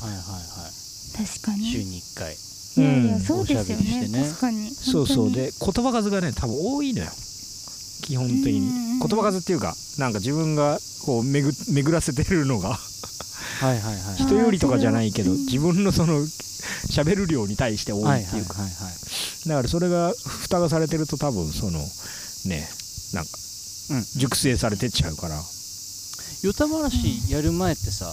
確かに。 週に1回。 そうですよね。確かに。 そうで言葉数がね多分多いのよ。基本的に言葉数っていうかなんか自分がこう巡らせてるのが人よりとかじゃないけど自分のその喋る量に対して多いっていうかだからそれが蓋がされてると多分そのねなんか熟成されてっちゃうから。 ヨタ話やる前ってさ、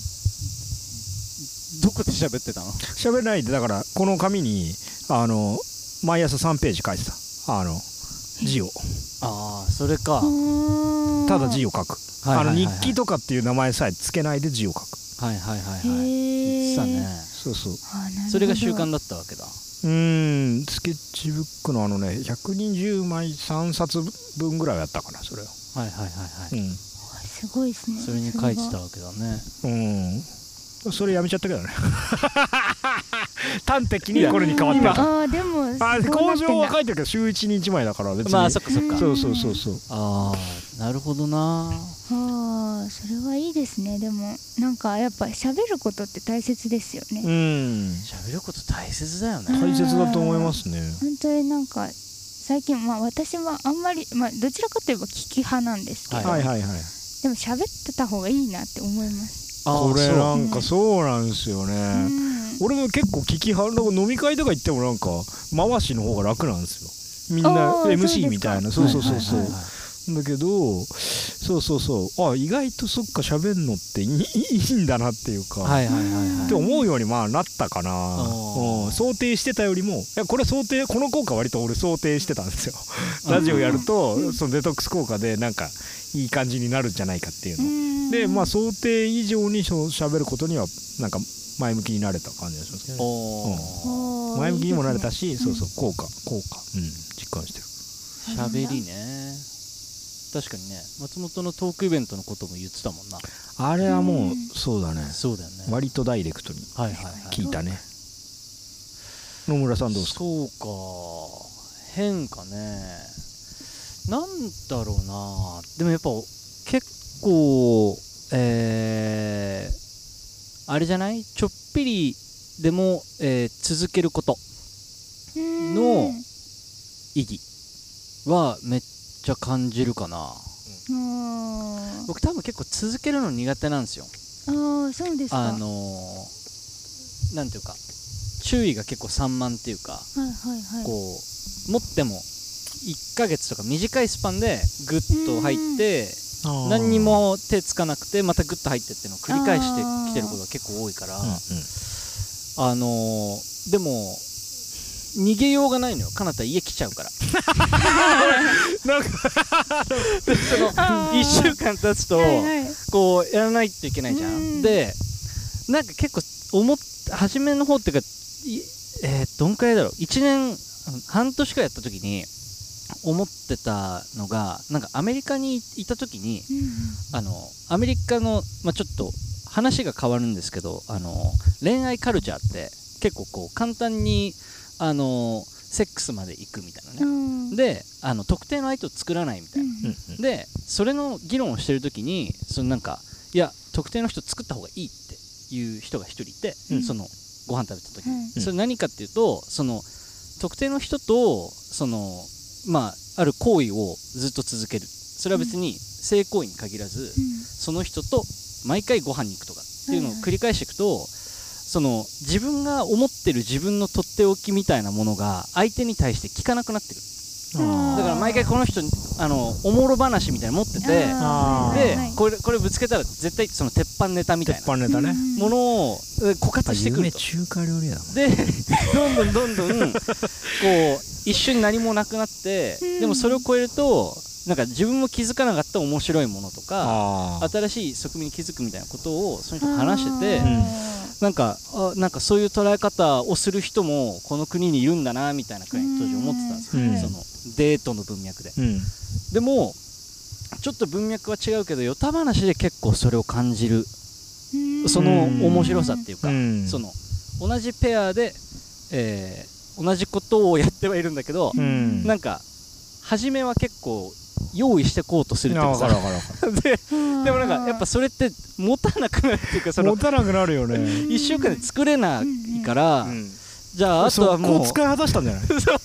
どこで喋ってたの？ 喋れないで、だからこの紙に毎朝3ページ書いてた字を。 ああ、それか。 ただ字を書く。日記とかっていう名前さえつけないで字を書く。 はいはいはいはい。言ってたね。 そうそう。 それが習慣だったわけだ。 スケッチブックの120枚3冊分ぐらいやったかな、それを。 はいはいはいはい。 すごいですね。 それに書いてたわけだね。 それやめちゃったけどね。端的にこれに変わってた。 ああ、でも工場は書いてるけど週1日前だから別に。 まあそっかそっか。 そうそうそうそう。 ああ、なるほどな。 ああ、それはいいですね。でもなんかやっぱ喋ることって大切ですよね。 喋ること大切だよね。 大切だと思いますね。 本当になんか最近私はあんまりどちらかといえば聞き派なんですけど、でも喋ってた方がいいなって思います。 これなんかそうなんですよね。俺も結構聞き派、飲み会とか行ってもなんか回しの方が楽なんですよ。みんな MC みたいな。そうそうそうそう。だけどそうそうそう、意外とそっか喋んのっていいんだなっていうかって思うようになったかな。想定してたよりも、これこの効果割と俺想定してたんですよ。ラジオやるとそのデトックス効果でなんかいい感じになるんじゃないかっていうので、想定以上に喋ることにはなんか前向きになれた感じがしますね。前向きにもなれたし、そうそう効果実感してる。 喋りね。確かにね、松本のトークイベントのことも言ってたもんな。 あれはもうそうだね。 そうだよね。 割とダイレクトに聞いたね。野村さんどうですか？ そうか、変かね。なんだろうな。でもやっぱ結構あれじゃない？ちょっぴりでも、続けることの意義はめっちゃ感じるかな。僕多分結構続けるの苦手なんですよ。 ああ、そうですか。 なんていうか注意が結構散漫っていうか、こう持っても1ヶ月とか短いスパンでグッと入って何にも手つかなくてまたグッと入ってっていうのを繰り返してきてることが結構多いから、でも逃げようがないのよ。かなた家来ちゃうからなんかその1週間経つとこうやらないといけないじゃん。でなんか結構初めの方っていうかどんくらいだろう、1年半年くらいやった時に思ってたのが、なんかアメリカにいた時に、アメリカの、ちょっと話が変わるんですけど、恋愛カルチャーって結構こう簡単にセックスまで行くみたいなね。で特定の相手を作らないみたいな。でそれの議論をしてる時になんかいや特定の人作った方がいいっていう人が一人いて、そのご飯食べた時に、それ何かっていうと、その特定の人とある行為をずっと続ける。それは別に性行為に限らず、その人と毎回ご飯に行くとかっていうのを繰り返していくと、その自分が思ってる自分のとっておきみたいなものが相手に対して聞かなくなってくる。だから毎回この人おもろ話みたいなの持ってて、でこれぶつけたら絶対その鉄板ネタみたいなものを枯渇してくると。 中華料理だもん。 でどんどんこう一瞬何もなくなって、でもそれを超えるとなんか自分も気づかなかった面白いものとか新しい側面に気づくみたいなことをその人と話してて、なんかそういう捉え方をする人もこの国にいるんだなみたいなくらい当時思ってたんですよ、そのデートの文脈で。でもちょっと文脈は違うけど、ヨタ話で結構それを感じる。その面白さっていうか、その同じペアで、同じことをやってはいるんだけど、なんか初めは結構用意してこうとするっていうかさでもなんかやっぱそれって持たなくなるっていうか、 持たなくなるよね。 1週間で作れないから、じゃああとはもう使い果たしたんじゃない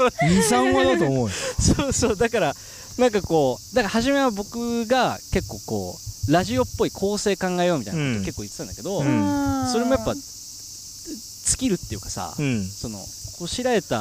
？2、3話だと思うよ。 そうだからなんかこう、だから初めは僕が結構こうラジオっぽい構成考えようみたいなこと結構言ってたんだけど、それもやっぱ尽きるっていうかさ、そのこしらえた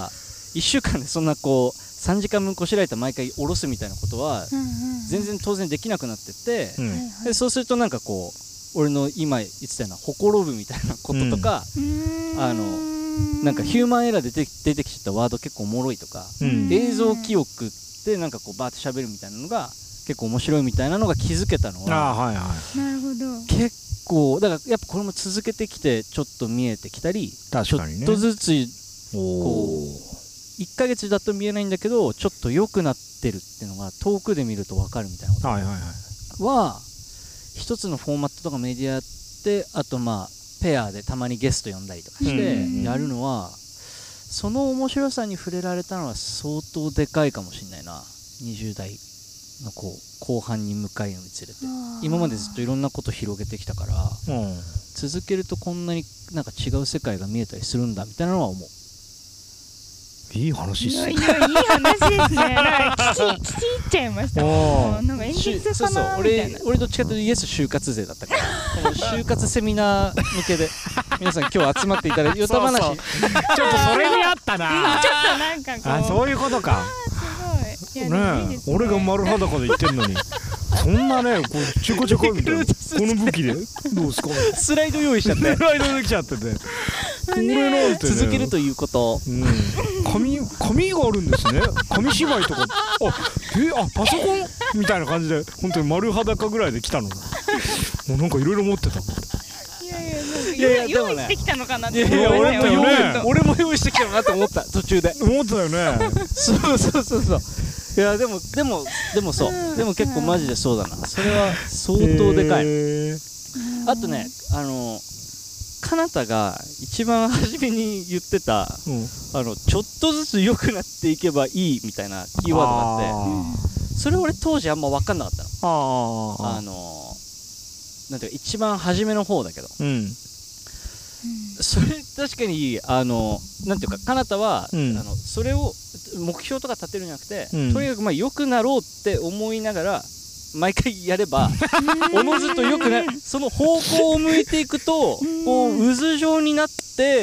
1週間でそんなこう3時間分こしらえた毎回下ろすみたいなことは全然当然できなくなってって、でそうするとなんかこう俺の今言ってたようなほころぶみたいなこととか、なんかヒューマンエラーで出てきちゃったワード結構おもろいとか、映像記憶でなんかこうバーって喋るみたいなのが結構面白いみたいなのが気づけたのは、 なるほど。 結構だからやっぱこれも続けてきてちょっと見えてきたり、 確かにね、 ちょっとずつこう1ヶ月だと見えないんだけどちょっと良くなってるっていうのが遠くで見ると分かるみたいなことは一つのフォーマットとかメディアで、あとまあペアでたまにゲスト呼んだりとかしてやるのは、その面白さに触れられたのは相当でかいかもしれないな。20代のこう後半に向かいのにつれて今までずっといろんなこと広げてきたから、続けるとこんなになんか違う世界が見えたりするんだみたいなのは思う。 いい話っすね。 いやいい話ですね。なんか聞き入っちゃいました。なんか演説かなみたいな。 俺どっちかというとイエス就活勢だったから、この就活セミナー向けで皆さん今日集まっていただいてヨタ話ちょっとそれにあったな。 ちょっとなんかこう。 そういうことか。 すごい。 ねえ、俺が丸裸で言ってんのに。そんなね、こうちょこちょこみたいな、この武器でどうすか。 スライド用意しちゃって。 スライドできちゃってて。俺なんてね、 続けるということ。 紙があるんですね。紙芝居とか。パソコンみたいな感じで本当に丸裸ぐらいで来たの。もうなんかいろいろ持ってた。 いや用意してきたのかなって。 俺も用意してきたのかなと思った途中で。 思ったよね。 そう。いやでもそう、でも結構マジでそうだな。それは相当でかい。あとね、かなたが一番初めに言ってた、ちょっとずつ良くなっていけばいいみたいなキーワードがあって、それ俺当時あんま分かんなかったの。なんていうか一番初めの方だけど、それ確かになんていうかかなたは、それを目標とか立てるんじゃなくて、とにかくまあ良くなろうって思いながら毎回やればおのずと良くなる。その方向を向いていくとこう渦状になって、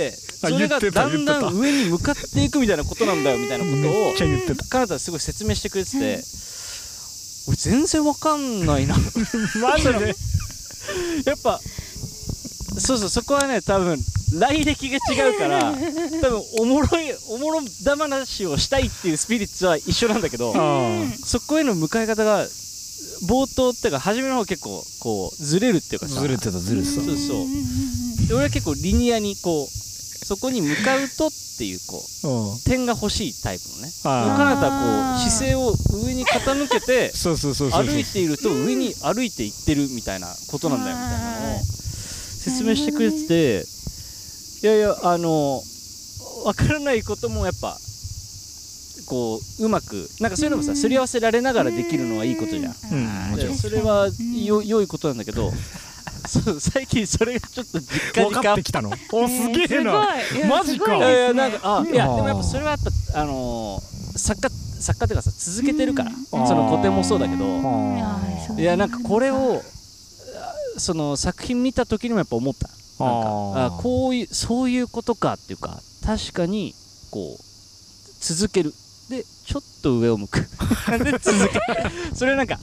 それがだんだん上に向かっていくみたいなことなんだよみたいなことをかなたすごい説明してくれてて、俺全然わかんないな。 マジでやっぱそこはね、多分来歴が違うから多分おもろだ話をしたいっていうスピリッツは一緒なんだけど、そこへの向かい方が冒頭っていうか初めの方結構こうずれるっていうかさ、 ずれてた。そうで俺は結構リニアにこうそこに向かうとっていうこう点が欲しいタイプのね。かなたはこう姿勢を上に傾けて歩いていると上に歩いていってるみたいなことなんだよみたいなのを説明してくれてて、いや分からないこともやっぱこううまくなんかそういうのもさすり合わせられながらできるのはいいことじゃん。それは良いことなんだけど、最近それがちょっと実感に分かってきたの。すげえな。マジか。 いやなんかでもやっぱそれはやっぱ作家っていうかさ続けてるから、その古典もそうだけど、いやなんかこれをその作品見た時にもやっぱ思った。なんかそういうことかっていうか、確かにこう続けるでちょっと上を向くで続けそれはなんか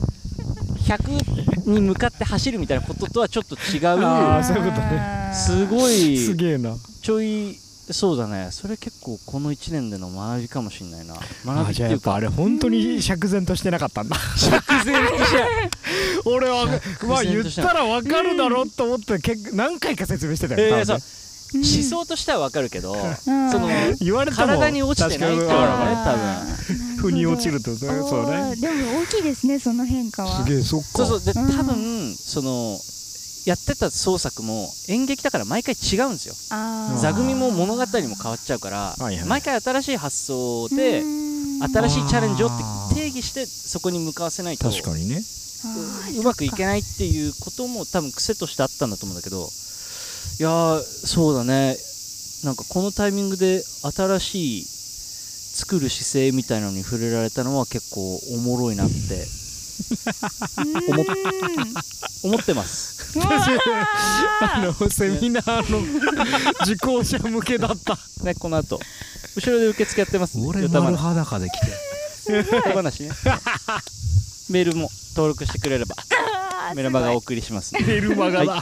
100に向かって走るみたいなこととはちょっと違う。 そういうことね。 すごいすげえな。 ちょいそうだね。それ結構この1年での学びかもしれないな。学びってじゃあやっぱあれ本当に釈然としてなかったんだ。 釈然として俺はまあ言ったら分かるだろうと思って何回か説明してたよ。 思想としては分かるけど、その言われても体に落ちてないっていうのがね、多分腑に落ちるってことね。そうね。 でも大きいですね、その変化は。 すげえ、そっか。 そうで多分そのやってた創作も演劇だから毎回違うんですよ。座組も物語も変わっちゃうから、毎回新しい発想で新しいチャレンジをって定義してそこに向かわせないと確かにね、 うまくいけないっていうことも多分癖としてあったんだと思うんだけど、いやーそうだね。なんかこのタイミングで新しい作る姿勢みたいなのに触れられたのは結構おもろいなって思ってます。 うわセミナーの受講者向けだったね、この後後ろで受付やってますね。 俺丸裸で来てヨタ話ね。メールも登録してくれればメルマガお送りしますね。 メルマガだ、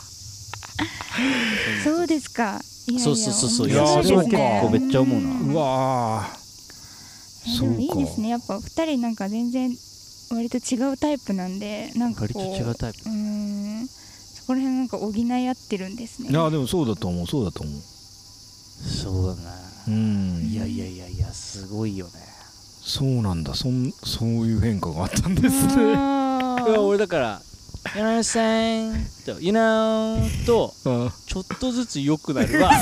そうですか。いやいやそうそうそうそう。いいやや、それはそうか結構めっちゃ思うな。 うわーでもいいですね。やっぱ2人なんか全然割と違うタイプなんで、なんか割とこう違うタイプ。 そこら辺なんか補い合ってるんですね。 いやでもそうだと思うそうだと思うそうだな。いやいやいやいや、すごいよね。 そうなんだそういう変化があったんですねいや、俺だから「You know saying」と「You know」とちょっとずつ良くなるわ。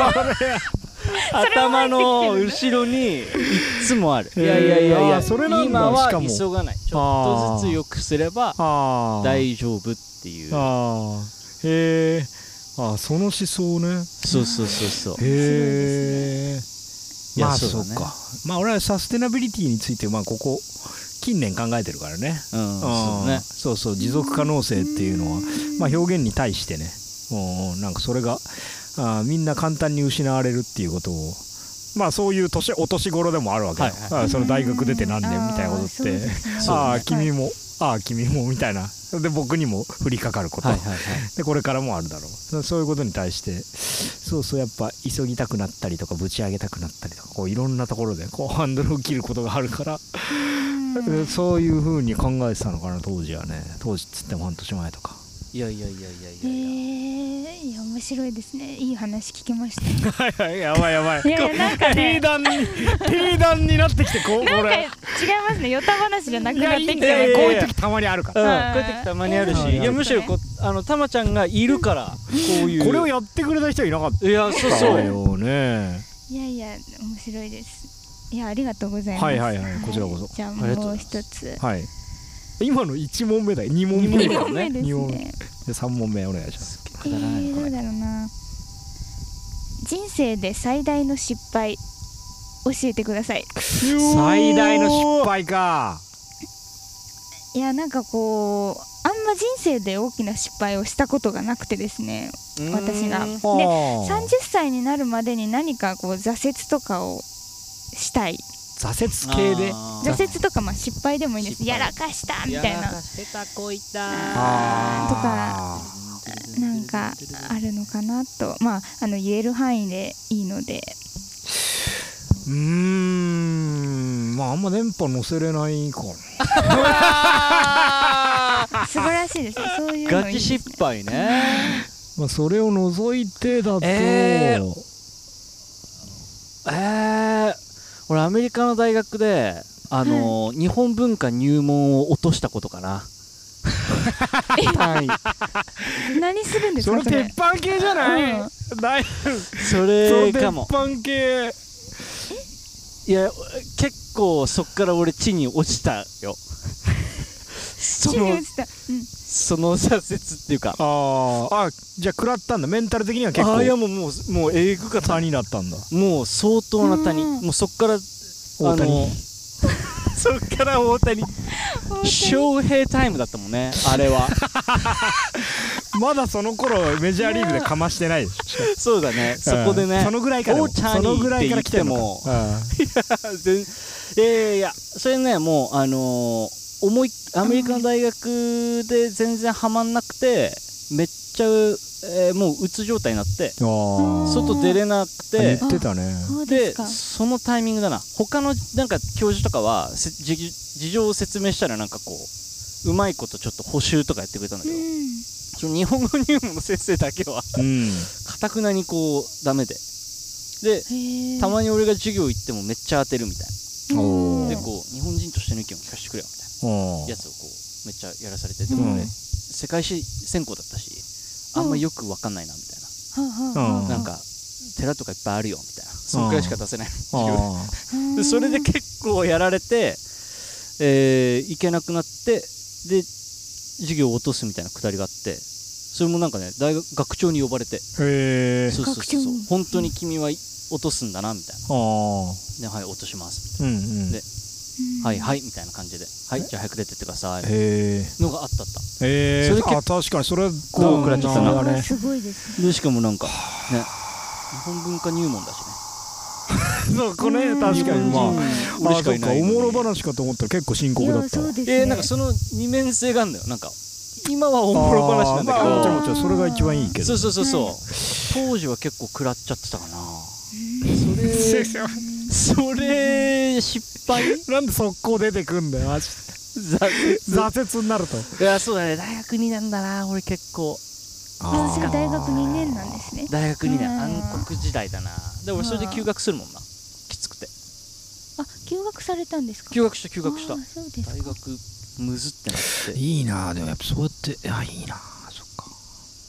頭の後ろにいっつもある。いやいやいやいや、 それなんだ。 今はしかも急がない。ちょっとずつ良くすれば大丈夫っていう。 へえ、その思想ね。 そうそうそうそう。 へえ。まあそうか。まあ俺はサステナビリティについてここ近年考えてるからね。そうそう、持続可能性っていうのは表現に対してね、なんかそれがみんな簡単に失われるっていうことを、そういうお年頃でもあるわけよ。その大学出て何年みたいなことって、君もみたいな。で僕にも降りかかること、でこれからもあるだろう。そういうことに対してそうやっぱ急ぎたくなったりとかぶち上げたくなったりとかいろんなところでハンドルを切ることがあるからそういう風に考えてたのかな当時はね。当時っつっても半年前とか。 いやいやいやいやいやいや面白いですね。いい話聞けました。 やばいやばい。 いやなんかね、 定談になってきてこれなんか違いますね。ヨタ話じゃなくなってきて、 こういう時たまにあるから。 こういう時たまにあるし、いやむしろたまちゃんがいるからこういうこれをやってくれた人はいなかった。 いやそうよね。 いやいや面白いです。いやありがとうございます。 はいこちらこそ。 じゃあもう一つ。 はい。今の1問目だよ。2問目だね。2問目で3問目お願いします。 どうだろうな。人生で最大の失敗教えてください。 最大の失敗か。 いやなんかあんま人生で大きな失敗をしたことがなくてですね、私が。で30歳になるまでに何か挫折とかをしたい。 挫折系で挫折とか失敗でもいいんです。やらかしたみたいなとかなんかあるのかなと。言える範囲でいいので。 あんま電波乗せれないかな。素晴らしいです。そういうのガチ失敗ね。 それを除いてだと俺アメリカの大学で日本文化入門を落としたことかな。 何するんですかそれ。鉄板系じゃない？ それかも。 鉄板系。 いや結構そっから俺地に落ちたよ。その挫折っていうか。 じゃあ食らったんだ。メンタル的には結構。 いやもうえぐかった。 谷だったんだ。 もう相当な谷。もうそっから大谷。そっから大谷。翔平タイムだったもんね。あれは。 まだその頃メジャーリーグでかましてないでしょ。 そうだね。そこでね。 そのぐらいから。そのぐらいから来ても。 いやそれねもうアメリカの大学で全然ハマんなくてめっちゃもううつ状態になって外出れなくて。 言ってたね。 でそのタイミングだな。他のなんか教授とかは事情を説明したらなんかうまいことちょっと補習とかやってくれたんだけど、日本語入門の先生だけはかたくなにダメでたまに俺が授業行ってもめっちゃ当てるみたいな。で日本人としての意見を聞かせてくれよみたいなやつをめっちゃやらされて。でも俺世界史専攻だったしあんまよく分かんないなみたいな。なんか寺とかいっぱいあるよみたいな。そのくらいしか出せないでそれで結構やられて行けなくなってで授業を落とすみたいなくだりがあって、それもなんかね大学学長に呼ばれて、そう本当に君は落とすんだなみたいな。ではい落としますみたいな。ではいはいみたいな感じで、はいじゃあ早く出てってくださいへのがあったそれそれ確かにそれはこう食らっちゃったなねすごいですね。 でしかもなんかね日本文化入門だしねそうこれ確かにまあ俺しかいないのにおもろ話かと思ったら結構深刻だったわ。 そうですね。 なんかその二面性があるんだよ。なんか今はおもろ話なんだけど、 もちろんもちろんそれが一番いいけど。 そう当時は結構食らっちゃってたかな。それ失敗なんで速攻出てくんだよマジ挫折になると。 いやそうだね、大学2年だな俺結構。 私が大学2年なんですね。 大学2年暗黒時代だな。で俺それで休学するもんな、きつくて。 休学されたんですか？ 休学したそうですか。 大学むずってなって。 いいなでもやっぱそうやっていいなそっか。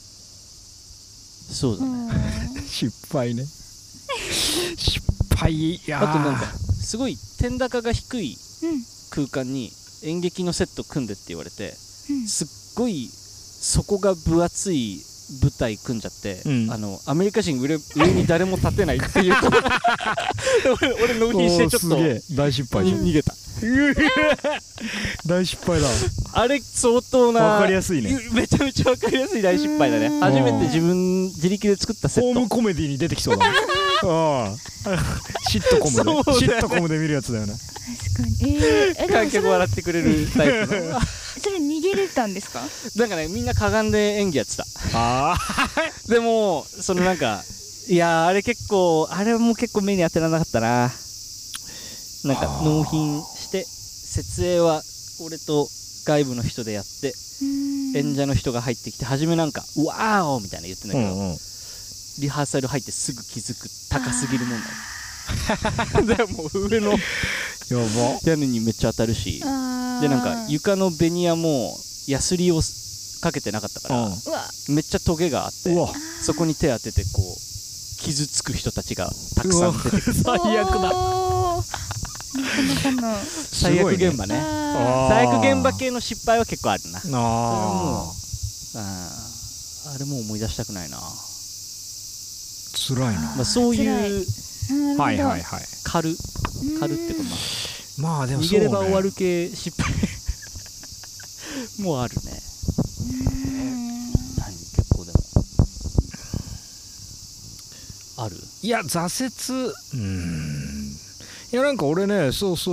そうだね失敗ね失敗。いやあとなんかすごい天高が低い空間に演劇のセット組んでって言われて、すっごい底が分厚い舞台組んじゃって、アメリカ人上に誰も立てないっていう俺納品してちょっと大失敗じゃん。 逃げた大失敗だ。 あれ相当な分かりやすいね。 めちゃめちゃ分かりやすい大失敗だね。初めて自力で作ったセット。 ホームコメディに出てきそうだねシットコムでシットコムで見るやつだよね。 確かに。 観客笑ってくれるタイプのそれ逃げれたんですか？ なんかねみんなかがんで演技やってた。でもそのなんかいやあれも結構目に当てられなかったな。なんか納品して設営は俺と外部の人でやって、演者の人が入ってきて初めなんかうわーおみたいな言ってんだけど、リハーサル入ってすぐ気づく高すぎるもんだよでも上の屋根にめっちゃ当たるし、でなんか床のベニヤもヤスリをかけてなかったからめっちゃトゲがあって、そこに手当ててこう傷つく人たちがたくさん出てくる。 最悪だ。 最悪現場ね。最悪現場系の失敗は結構あるな。あれも思い出したくないな。 辛いな。 まあそういうはい軽っていうかまあでも逃げれば終わる系失敗もうあるね。結構でもある。 いや挫折いやなんか俺ね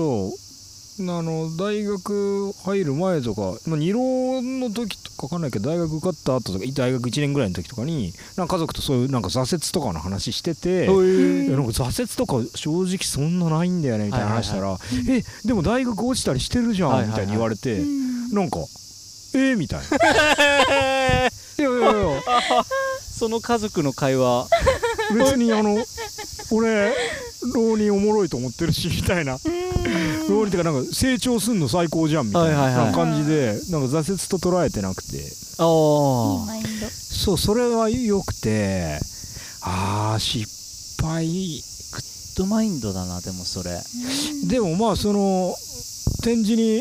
大学入る前とか、二浪の時とか分かんないけど大学受かった後とか大学1年ぐらいの時とかになんか家族とそういうなんか挫折とかの話してて、なんか挫折とか正直そんなないんだよねみたいな話したら、でも大学落ちたりしてるじゃんみたいに言われて、なんかみたいな。いやその家族の会話別に俺浪人おもろいと思ってるしみたいな。浪人ってかなんか成長すんの最高じゃんみたいな感じでなんか挫折と捉えてなくて、そうそれは良くて、失敗グッドマインドだな。でもそれでもまあその展示に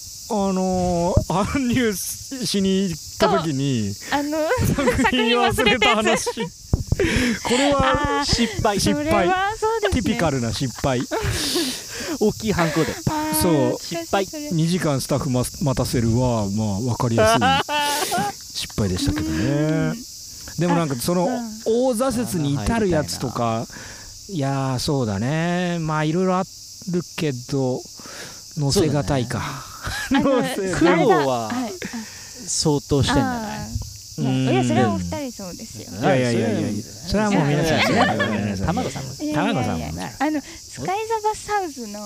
搬入しに行った時に作品忘れた話これは失敗ティピカルな失敗大きいハンコでそう失敗 2時間スタッフ待たせるはまあ分かりやすい失敗でしたけどね。でもなんかその大挫折に至るやつとかいやそうだね、まあいろいろあるけど乗せがたいか。 苦労は相当してんじゃない？ いやそれはお二人そうですよ。 いやそれはもう皆さん卵さんもスカイザバサウスの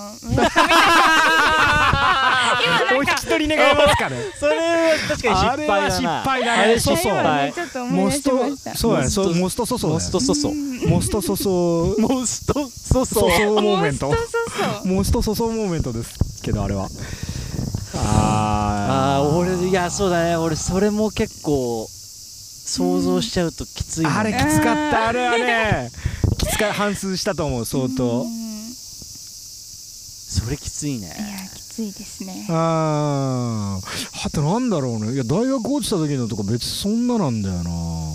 お引き取り願いますかね。 それは確かに失敗だな。 失敗だね。そうそうちょっと思い出しました。 そうやね。モストソソモストソソモーメントモストソソモーメントですけどあれは俺いやそうだね。俺それも結構想像しちゃうときついもんね。 あれきつかった。あれはね反芻したと思う相当。 それきついね。 いやきついですね。 あとなんだろうね。いや大学落ちた時のとか別にそんななんだよな。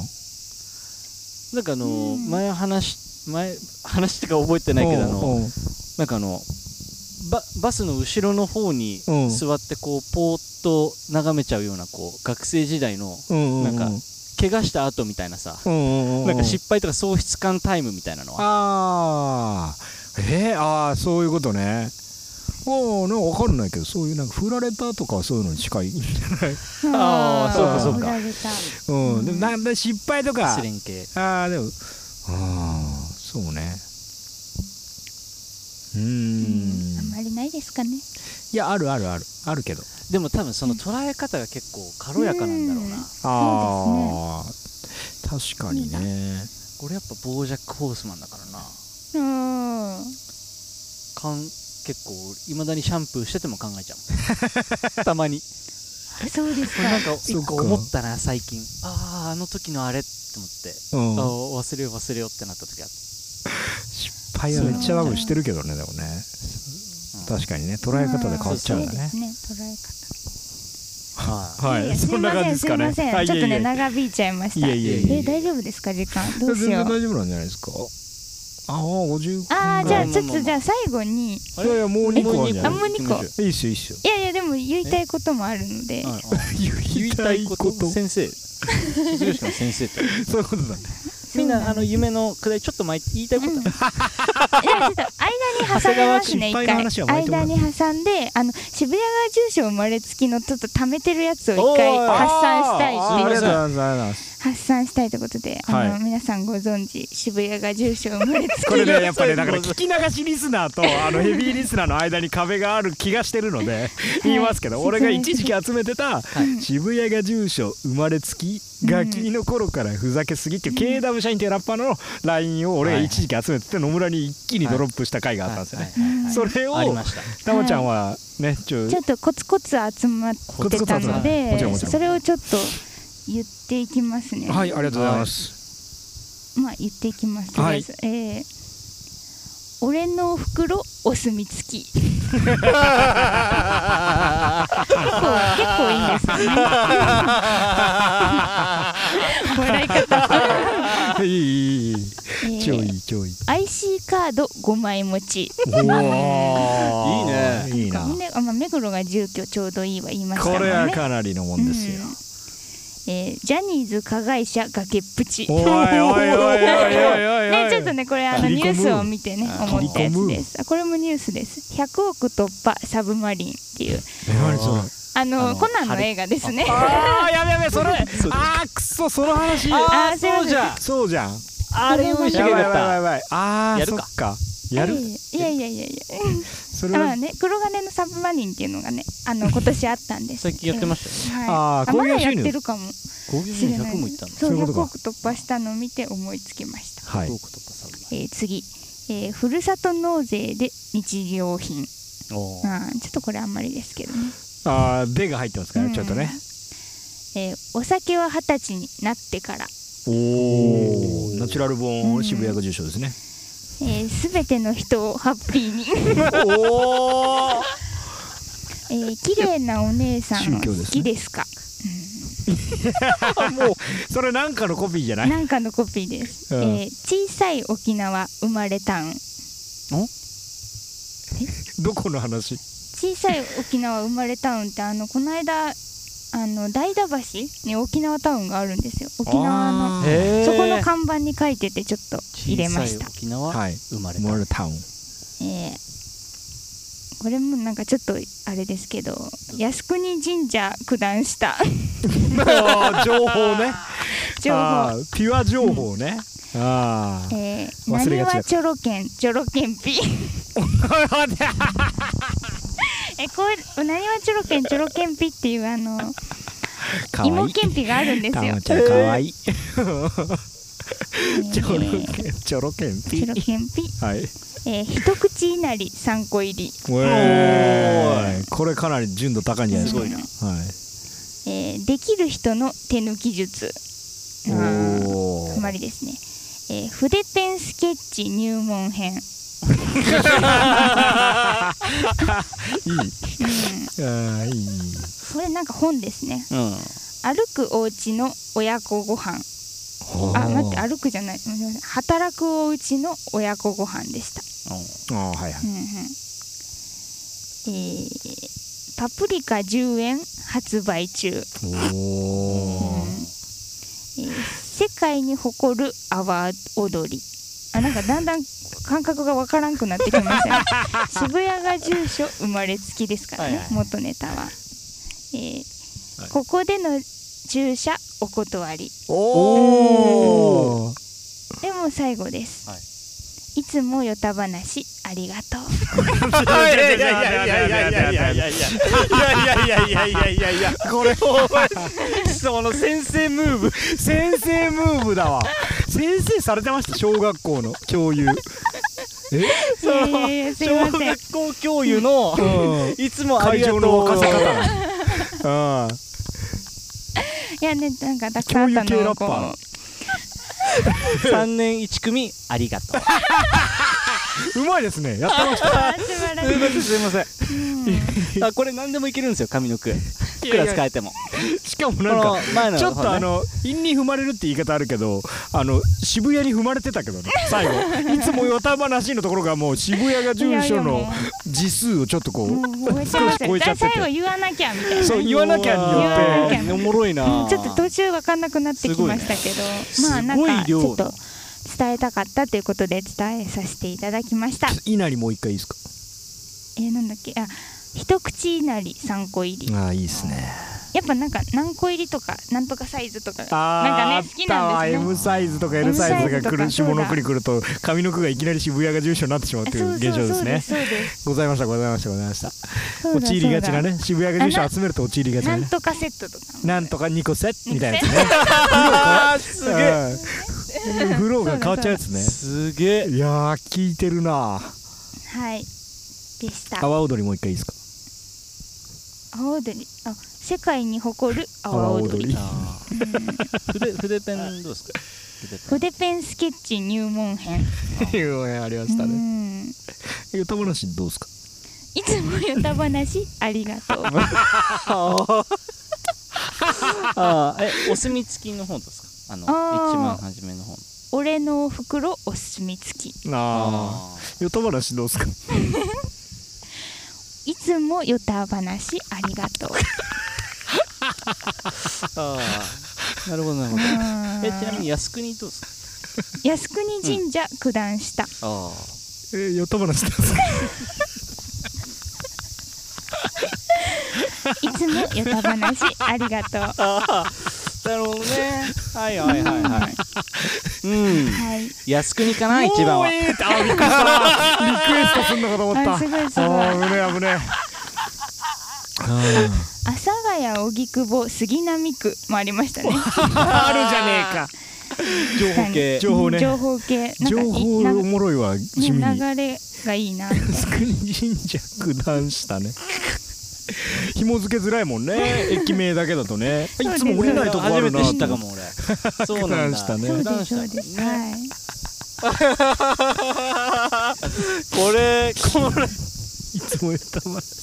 なんか前話ってか覚えてないけどなんかバスの後ろの方に座ってこうポーッと眺めちゃうようなこう学生時代のなんか怪我した後みたいなさ、なんか失敗とか喪失感タイムみたいなのは。 そういうことね。なんか分かんないけど、そういうなんか振られたとかはそういうのに近いんじゃない？ そうかそうか。 でもなんで失敗とか。 失恋系。 でもそうね。 あんまりないですかね。 いや、あるけど。 でも多分その捉え方が結構軽やかなんだろうな。 確かにね。 これやっぱボージャックホースマンだからな。結構いまだにシャンプーしてても考えちゃうたまに。 そうですか。 なんか一個思ったな最近。あの時のあれって思って、忘れようってなった時あった。 失敗はめっちゃ多分してるけどね。でもね、確かにね、捉え方で変わっちゃうんだね。 捉え方。 はい、そんな感じですかね。 ちょっとね長引いちゃいました。大丈夫ですか時間？どうしよう。 全然大丈夫なんじゃないですか。50。 じゃあちょっとじゃあ最後に。 いやもう2個あるじゃん。 もう2個。 いいっしょ。いやでも言いたいこともあるので。 言いたいこと先生。卒業式の先生って。 そういうことだね。 みんな夢のくだりちょっと言いたいこと。 いやちょっと間に挟みますね一回。間に挟んで渋谷が住所生まれつきのちょっと貯めてるやつを一回発散したいっていう。発散したいということで、皆さんご存知渋谷が住所生まれつき。 これねやっぱりだから聞き流しリスナーとヘビーリスナーの間に壁がある気がしてるので言いますけど、俺が一時期集めてた渋谷が住所生まれつきガキの頃からふざけすぎっていう KW 社員っていうラッパーの LINE を俺が一時期集めてて野村に一気にドロップした回があったんですよね。それをたまちゃんはねちょっとコツコツ集まってたので、それをちょっと言っていきますね。 はい、ありがとうございます。 言っていきます。俺のお袋お墨付き。結構いいですよね。笑い方。 いい。超いい。 IC カード5枚持ち。いいね。 いいな。目黒が住居ちょうどいいは言いましたもんね。 これはかなりのもんですよ。 ジャニーズ加害者崖っぷち。 おいちょっとねこれニュースを見てね思ったやつです。これもニュースです。100億突破サブマリンっていうコナンの映画ですね。 やべそれくそその話。そうじゃん。 あれも一緒にやった。 やるか。やる。 いやそれはね黒金のサブマリンっていうのがね今年あったんです。 最近やってましたよね。 まだやってるかも。 興行収入100もいったんだ。 そう100億突破したのを見て思いつきました。次ふるさと納税で日用品。ちょっとこれあんまりですけどね。 でが入ってますからねちょっとね。 お酒は20歳になってから。ナチュラルボーン渋谷が住所ですね。 すべての人をハッピーに。綺麗なお姉さん好きですか？ もうそれなんかのコピーじゃない？ なんかのコピーです。小さい沖縄生まれタウン。 どこの話？ 小さい沖縄生まれタウンってこの間大田橋に沖縄タウンがあるんですよ。沖縄のそこの看板に書いててちょっと入れました。 小さい沖縄生まれタウン。 これもなんかちょっとあれですけど靖国神社九段下。 情報ね。ピュア情報ね。 なにわチョロケンチョロケンピ。これなにわチョロケンチョロケンピっていう芋けんぴがあるんですよ。 たまちゃんかわいい。チョロケンピ。はい。 一口いなり3個入り。 これかなり純度高いんじゃないですか。 できる人の手抜き術。つまりですね。筆ペンスケッチ入門編。いい。これなんか本ですね。歩くお家の親子ご飯。待って歩くじゃない。働くお家の親子ご飯でした。 パプリカ10円発売中。世界に誇る阿波踊り。なんかだんだん感覚がわからんくなってきましたね。渋谷が住所生まれつきですからね、元ネタは。ここでの駐車お断り。でも最後です。いつもヨタ話ありがとう。 これその先生ムーブだわ。先生されてました、小学校の教諭。 すいません。 小学校教諭のいつもありがとう会場の沸かせ方。 いやね、なんかたくさんあったのをこう 3年1組ありがとう。 うまいですね。やってました。 素晴らしい。 すいません。これ何でもいけるんですよ、上の句。クラス変えても。 しかもなんかちょっと韻に踏まれるって言い方あるけど、渋谷に踏まれてたけどね、最後。いつもヨタ話のところがもう渋谷が住所の字数をちょっとこう少し超えちゃってて、 最後言わなきゃみたいな。 そう、言わなきゃによっておもろいな。 ちょっと途中分かんなくなってきましたけど、まあなんかちょっと伝えたかったということで伝えさせていただきました。 いなりもう一回いいですか。 なんだっけ、一口いなり3個入り。 いいですね。 やっぱなんか何個入りとかなんとかサイズとかなんかね好きなんですね。 M サイズとか L サイズが来る、下の句に来ると上の句がいきなり渋谷が住所になってしまうという現象ですね。ございました。陥りがちなね、渋谷が住所集めると陥りがちなね。 なんとかセットとかなんとか2個セットみたいなやつね。すげえ。フローが変わっちゃうやつね。 すげえ。 いやー、聞いてるな。 はい、でした。 阿波踊りもう一回いいですか。 阿波踊り、世界に誇る阿波踊り。 筆ペンどうですか。 筆ペンスケッチ入門編。 ありましたね。ヨタ話どうですか。 いつもヨタ話ありがとう。 お墨付きの方ですか。一番初めの方。 俺の袋お墨付き。 ヨタ話どうですか。 いつもヨタ話ありがとう。 なるほどなるほど。ちなみに靖国どうですか。 靖国神社九段下。 ヨタ話どうですか。 いつもヨタ話ありがとう。 なるほどね。はい。靖国かな、一番は。 びっくりした。リクエストすんのかと思った。 すごい。 危ね。 阿佐ヶ谷荻窪杉並区もありましたね。 あるじゃねえか。情報ね。 情報系。 情報おもろいわ。地味に。 流れがいいな。 靖国神社九段下ね。紐付けづらいもんね。駅名だけだとね。いつも降りないとこあるな。 初めて知ったかも俺。そうなんだ。 そうです。はい。 これいつもヨタ話。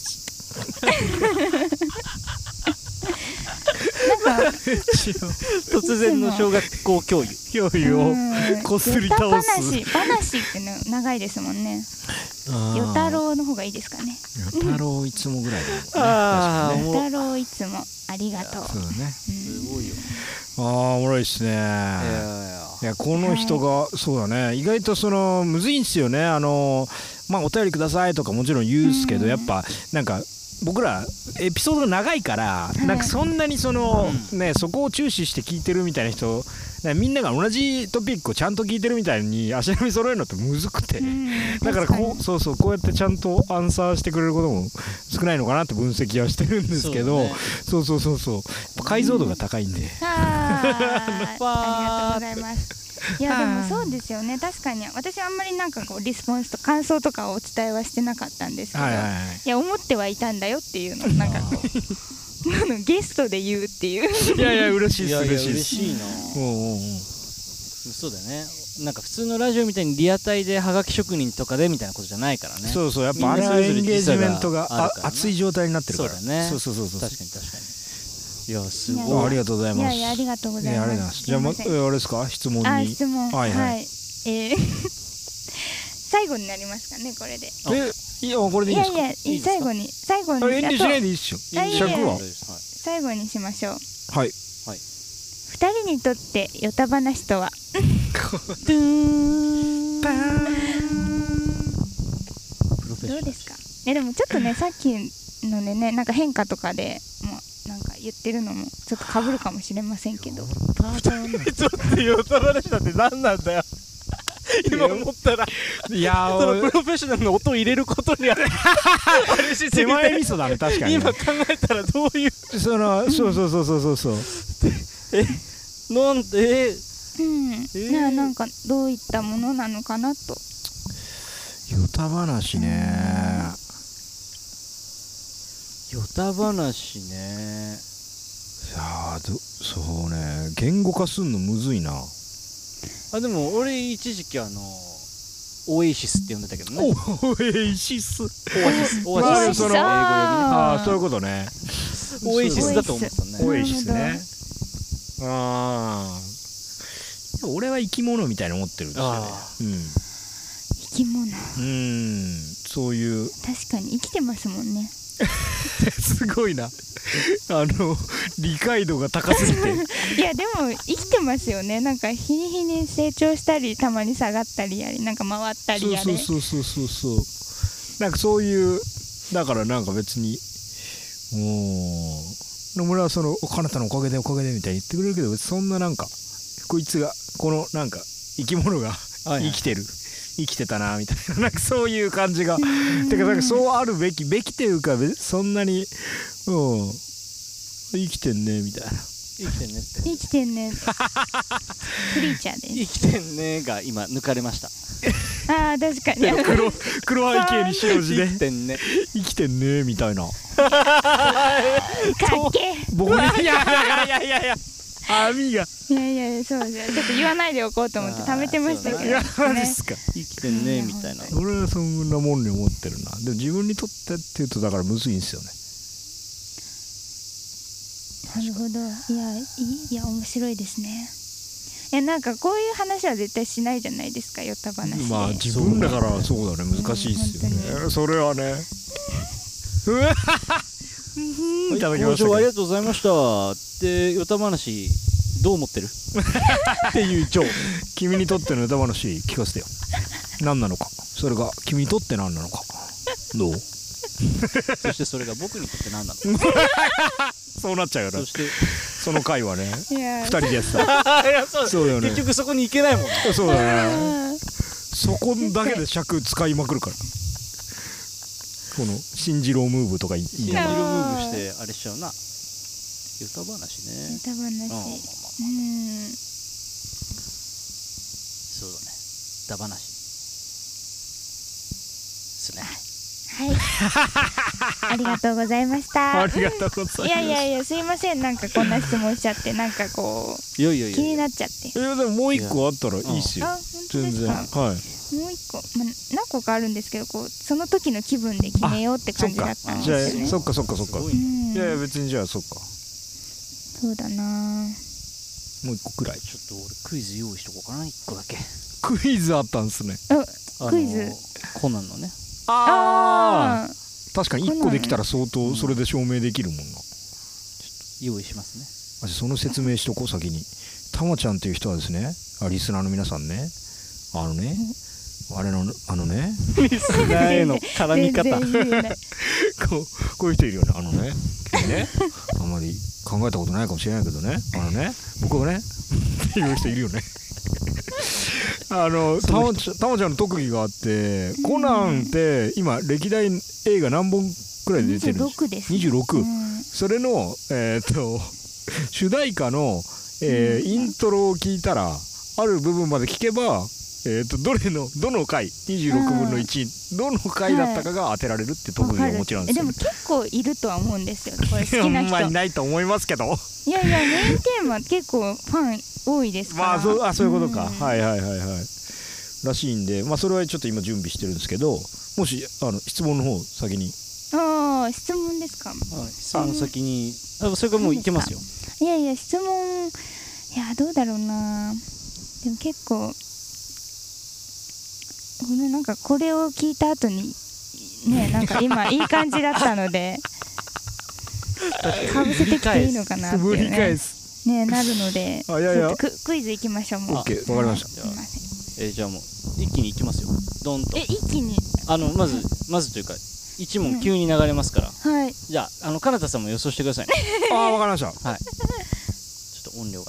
なんか突然の小学校教諭をこっそり倒す。 話ってね長いですもんね。与太郎の方がいいですかね。 与太郎いつもぐらいだね。与太郎いつもありがとう。 そうだね。 すごいよ。 おもろいっすね。いやこの人がそうだね。意外とむずいんですよね。お便りくださいとかもちろん言うんすけど、やっぱなんか僕らエピソードが長いから、なんかそんなにそこを注視して聞いてるみたいな人、みんなが同じトピックをちゃんと聞いてるみたいに足並み揃えるのってむずくて、だからこうやってちゃんとアンサーしてくれることも少ないのかなって分析はしてるんですけど、そう解像度が高いんで。 ありがとうございます。いやでもそうですよね。確かに私はあんまりなんかこうリスポンスと感想とかをお伝えはしてなかったんですけど、いや思ってはいたんだよっていうのをなんかゲストで言うっていう。 いや嬉しいです。 嬉しいな。そうだね。なんか普通のラジオみたいにリアタイでハガキ職人とかでみたいなことじゃないからね。 そうやっぱあれはエンゲージメントが熱い状態になってるから。 そうだね。 そう確かに。いやすごい。 ありがとうございます。 いやありがとうございます。 じゃああれですか、質問に。 質問。はい。 最後になりますかねこれで。 いやこれでいいんですか。 いやいや最後に遠慮しないでいいっしょ。 あいいよ尺は最後にしましょう。 はい。 二人にとってヨタ話とは。どうですか。でもちょっとねさっきのでねなんか変化とかでもうなんか言ってるのもちょっと被るかもしれませんけど。 ちょっとヨタ話だって何なんだよ。今思ったらいやそのプロフェッショナルの音を入れることにあれしすぎて手前味噌だね確かに。 今考えたらどういうそうなんでなんかどういったものなのかなと。 ヨタ話ね。 ヨタ話ね。 いやそうね言語化すんのむずいな。 でも俺一時期オエイシスって呼んでたけどね。 オエイシス。 オアシス。英語読みね。 ああそういうことね。 オエイシスだと思ったね。 オエイシスね。ああ。俺は生き物みたいに思ってるんですよね。 生き物。 そういう。 確かに生きてますもんね。 すごいな。理解度が高すぎて。 いやでも生きてますよね。なんか日に日に成長したりたまに下がったりやりなんか回ったりやり。 そう。なんかそういうだからなんか別に野村は彼方のおかげでみたいに言ってくれるけどそんななんかこいつがこのなんか生き物が生きてる。生きてたなみたいななんかそういう感じがてかなんかそうあるべきというかそんなに生きてんねみたいな生きてんねって生きてんねクリーチャーです。 生きてんねが今抜かれました。 あー確かに黒背景に白字で生きてんね生きてんねみたいなかっけ僕にいや網がいやそうじゃちょっと言わないでおこうと思って貯めてましたけど。 いや何ですか。 生きてんねみたいな。 俺はそんなもんに思ってるな。でも自分にとってっていうとだからむずいんですよね。 なるほど。いや面白いですね。なんかこういう話は絶対しないじゃないですかヨタ話で。 まあ自分だからそうだね難しいですよね。それはね。いただきました。 ありがとうございました。でヨタ話どう思ってる？っていうジョー。 君にとってのヨタ話聞かせてよ。何なのか。それが君にとって何なのか。どう？ そしてそれが僕にとって何なのか。 そうなっちゃうよね。 そしてその回はね2人でやってた。 いやそうだよね。 結局そこに行けないもんね。 そうだね。そこだけで尺使いまくるから。この新次郎ムーブとか言い新次郎ムーブしてあれしちゃうな。ヨタ話ね。 ヨタ話。 そうだね。ダ話。ですね。 はい。ありがとうございました。 ありがとうございます。 いやすいませんなんかこんな質問しちゃってなんかこう気になっちゃって。 でももう一個あったらいいっすよ。全然はい。 もう一個何個かあるんですけどこうその時の気分で決めようって感じだったんですよね。 じゃあそっか。いや別にじゃあそっか。 そうだな。もう一個くらい。 ちょっと俺クイズ用意しとこうかな1個だけ。 クイズあったんすね。 クイズ。 コナンのね。 ああ。確かに1個できたら相当それで証明できるもんな。 用意しますね。 その説明しとこう先に。たまちゃんっていう人はですねリスナーの皆さんねあれのねリスナーへの絡み方こういう人いるよね君ねあんまり考えたことないかもしれないけどね僕はねっていう人いるよねたまちゃんの特技があってコナンって今歴代映画何本くらいで出てるんですか？ 26です。 26。それの主題歌のイントロを聞いたらある部分まで聞けばどの回26分の1どの回だったかが当てられるって特技をお持ちなんですよ。 でも結構いるとは思うんですよこれ好きな人。 いないと思いますけど。 いやメインテーマ結構ファン多いですから。 そういうことか。はいらしいんでそれはちょっと今準備してるんですけどもし質問の方先に。 質問ですか。 質問先にそれからもういけますよ。 いや質問どうだろうな。でも結構のなんかこれを聞いた後にね、なんか今いい感じだったのでかぶせてきていいのかなっていうねなるので、 あ、いやいや、 クイズいきましょう。もう OK、わかりました。 すいません。 じゃあもう一気にいきますよ。ドンと。 一気に。 まずというか一問急に流れますから。 はい。 じゃあかなたさんも予想してくださいね。 あ、わかりました。 はい。ちょっと音量が。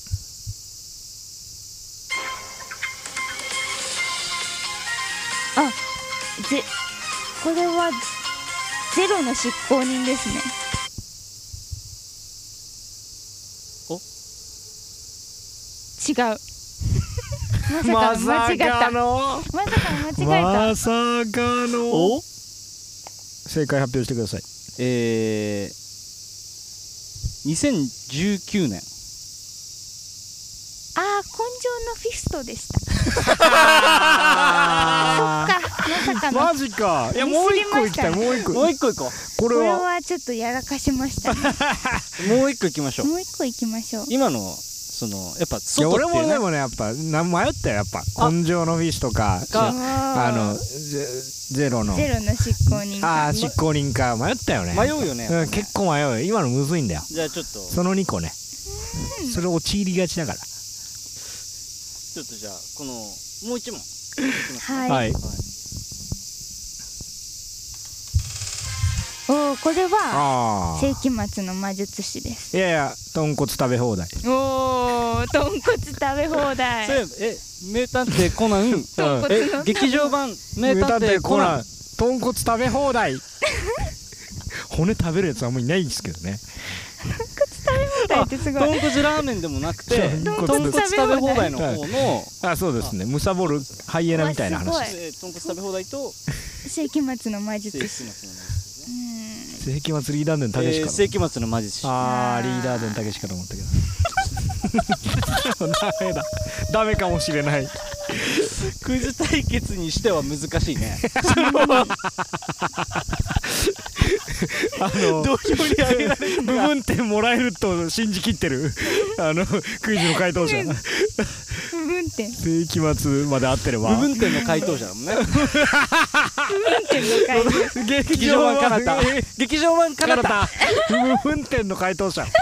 あ、これはゼロの執行人ですね。違う。まさかの間違った。まさかの間違えた。 まさかの。正解発表してください。 2019年。 根性のフィストでした。そっか、まさかの。 マジか。いや、もう一個いきたい。もう一個いこう。 これはちょっとやらかしましたね。 もう一個いきましょう。 今のやっぱいや、俺もでもね、やっぱ迷ったよ。やっぱ根性のフィストかゼロの執行人か。 執行人か迷ったよね。 迷うよね。 結構迷うよ。今のむずいんだよ。 じゃあちょっとその2個ね。それ陥りがちだから。 ちょっとじゃあこのもう一問いきますね。はい。これは世紀末の魔術師です。 いやいや、豚骨食べ放題。 豚骨食べ放題。 名探偵コナン。劇場版名探偵コナン。 豚骨食べ放題。骨食べるやつはあんまりいないですけどね。 豚骨食べ放題ってすごい。 豚骨ラーメンでもなくて豚骨食べ放題の方の。 あ、そうですね。むさぼるハイエナみたいな話。 豚骨食べ放題と世紀末の魔術師。 世紀末リーダー伝たけしか。 世紀末の魔術師。 リーダー伝たけしかと思ったけど。ダメかもしれない。 クイズ対決にしては難しいね。 土俵に上げられる部分点もらえると信じきってるクイズの回答者。 部分点。 世紀末まで合ってれば。 部分点の回答者だもんね。 部分点の回答。 劇場版かなた。劇場版かなた。 部分点の回答者。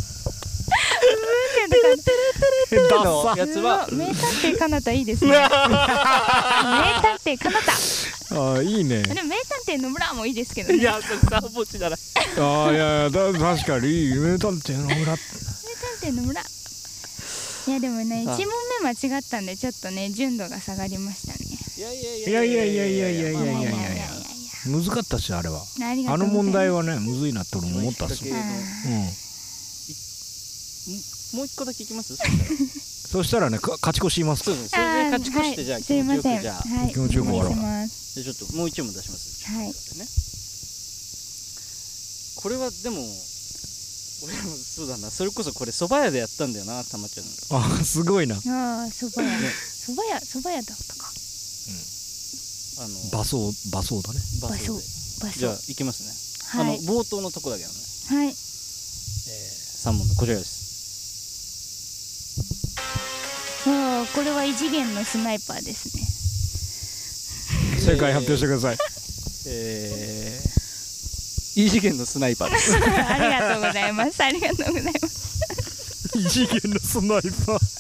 のやつは名探偵かなたいいですね。名探偵かなた。 いいね。 でも名探偵野村もいいですけどね。 いや、3文字だな。 いや確かに名探偵野村。 名探偵野村。いやでもね、1問目間違ったんでちょっとね純度が下がりましたね。 いや難かったし、あれは。あの問題はね、むずいなって俺も思ったっす。 もう一個だけいきます。 そしたらね、勝ち越します。 それで勝ち越して、じゃあ気持ちよく、じゃあ気持ちよく終わろう。 じゃあちょっともう一問出します。 はい。 これはでも俺もそうだな、それこそこれ蕎麦屋でやったんだよな、たまちゃんの。 すごいな。 蕎麦屋だったか。 馬装だね。 馬装。 じゃあいきますね。冒頭のとこだけどね。 はい。 3問目こちらです。 これは異次元のスナイパーですね。 正解発表してください。 異次元のスナイパーです。 ありがとうございます。ありがとうございます。 異次元のスナイパー。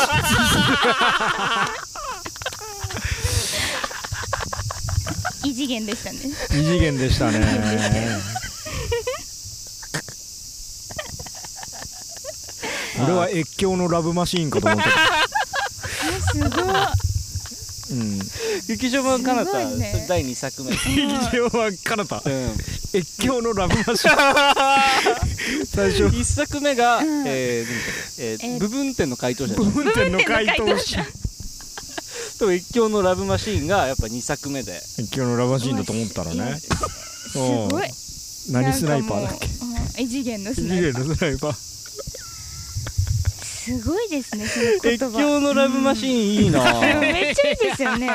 異次元でしたね。 異次元でしたね。俺は越境のラブマシーンかと思った。 すごい。 劇場版かなた、第2作目。 劇場版かなた。越境のラブマシーン。最初。 1作目が部分点の回答者。 部分点の回答者。 と越境のラブマシーンがやっぱ2作目で。 越境のラブマシーンだと思ったらね。 すごい。 何スナイパーだっけ？ 異次元のスナイパー。 異次元のスナイパー。 すごいですね、その言葉。 越境のラブマシーンいいな。 めっちゃいいですよね。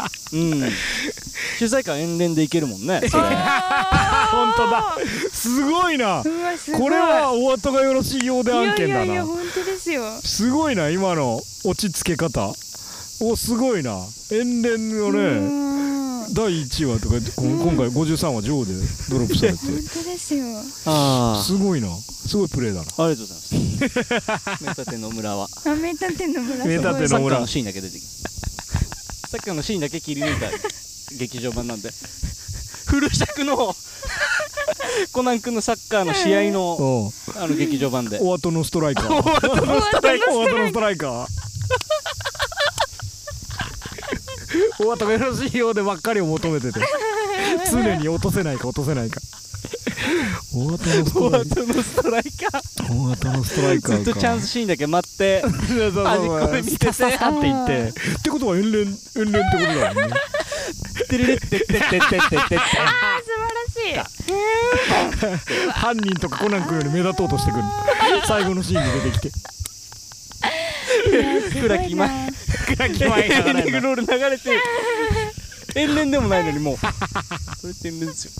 取材感延々でいけるもんね。 本当だ。すごいな。これはお後がよろしいようで案件だな。 いや本当ですよ。 すごいな、今の落ち着け方。 おすごいな。遠恋のね第1話とか今回53話上でドロップされて本当ですよ。 すごいな。すごいプレーだな。 ありがとうございますメタテの村は名探偵の村。 名探偵サッカーの村のシーンだけ出てきますサッカーのシーンだけ切り抜いた劇場版なんでフル尺のコナン君のサッカーの試合の劇場版でお後のストライカーお後のストライカーお後がよろしいようでばっかりを求めてて常に落とせないかお後のストライカーずっとチャンスシーンだけ待って端っこで見ててさって言ってってことは遠恋ってことだよねてれれってってってってって素晴らしい。 犯人とかコナン君より目立とうとしてくる最後のシーンに出てきて暗き前エンディングロール流れて遠恋でもないのにもうそれって遠恋ですよ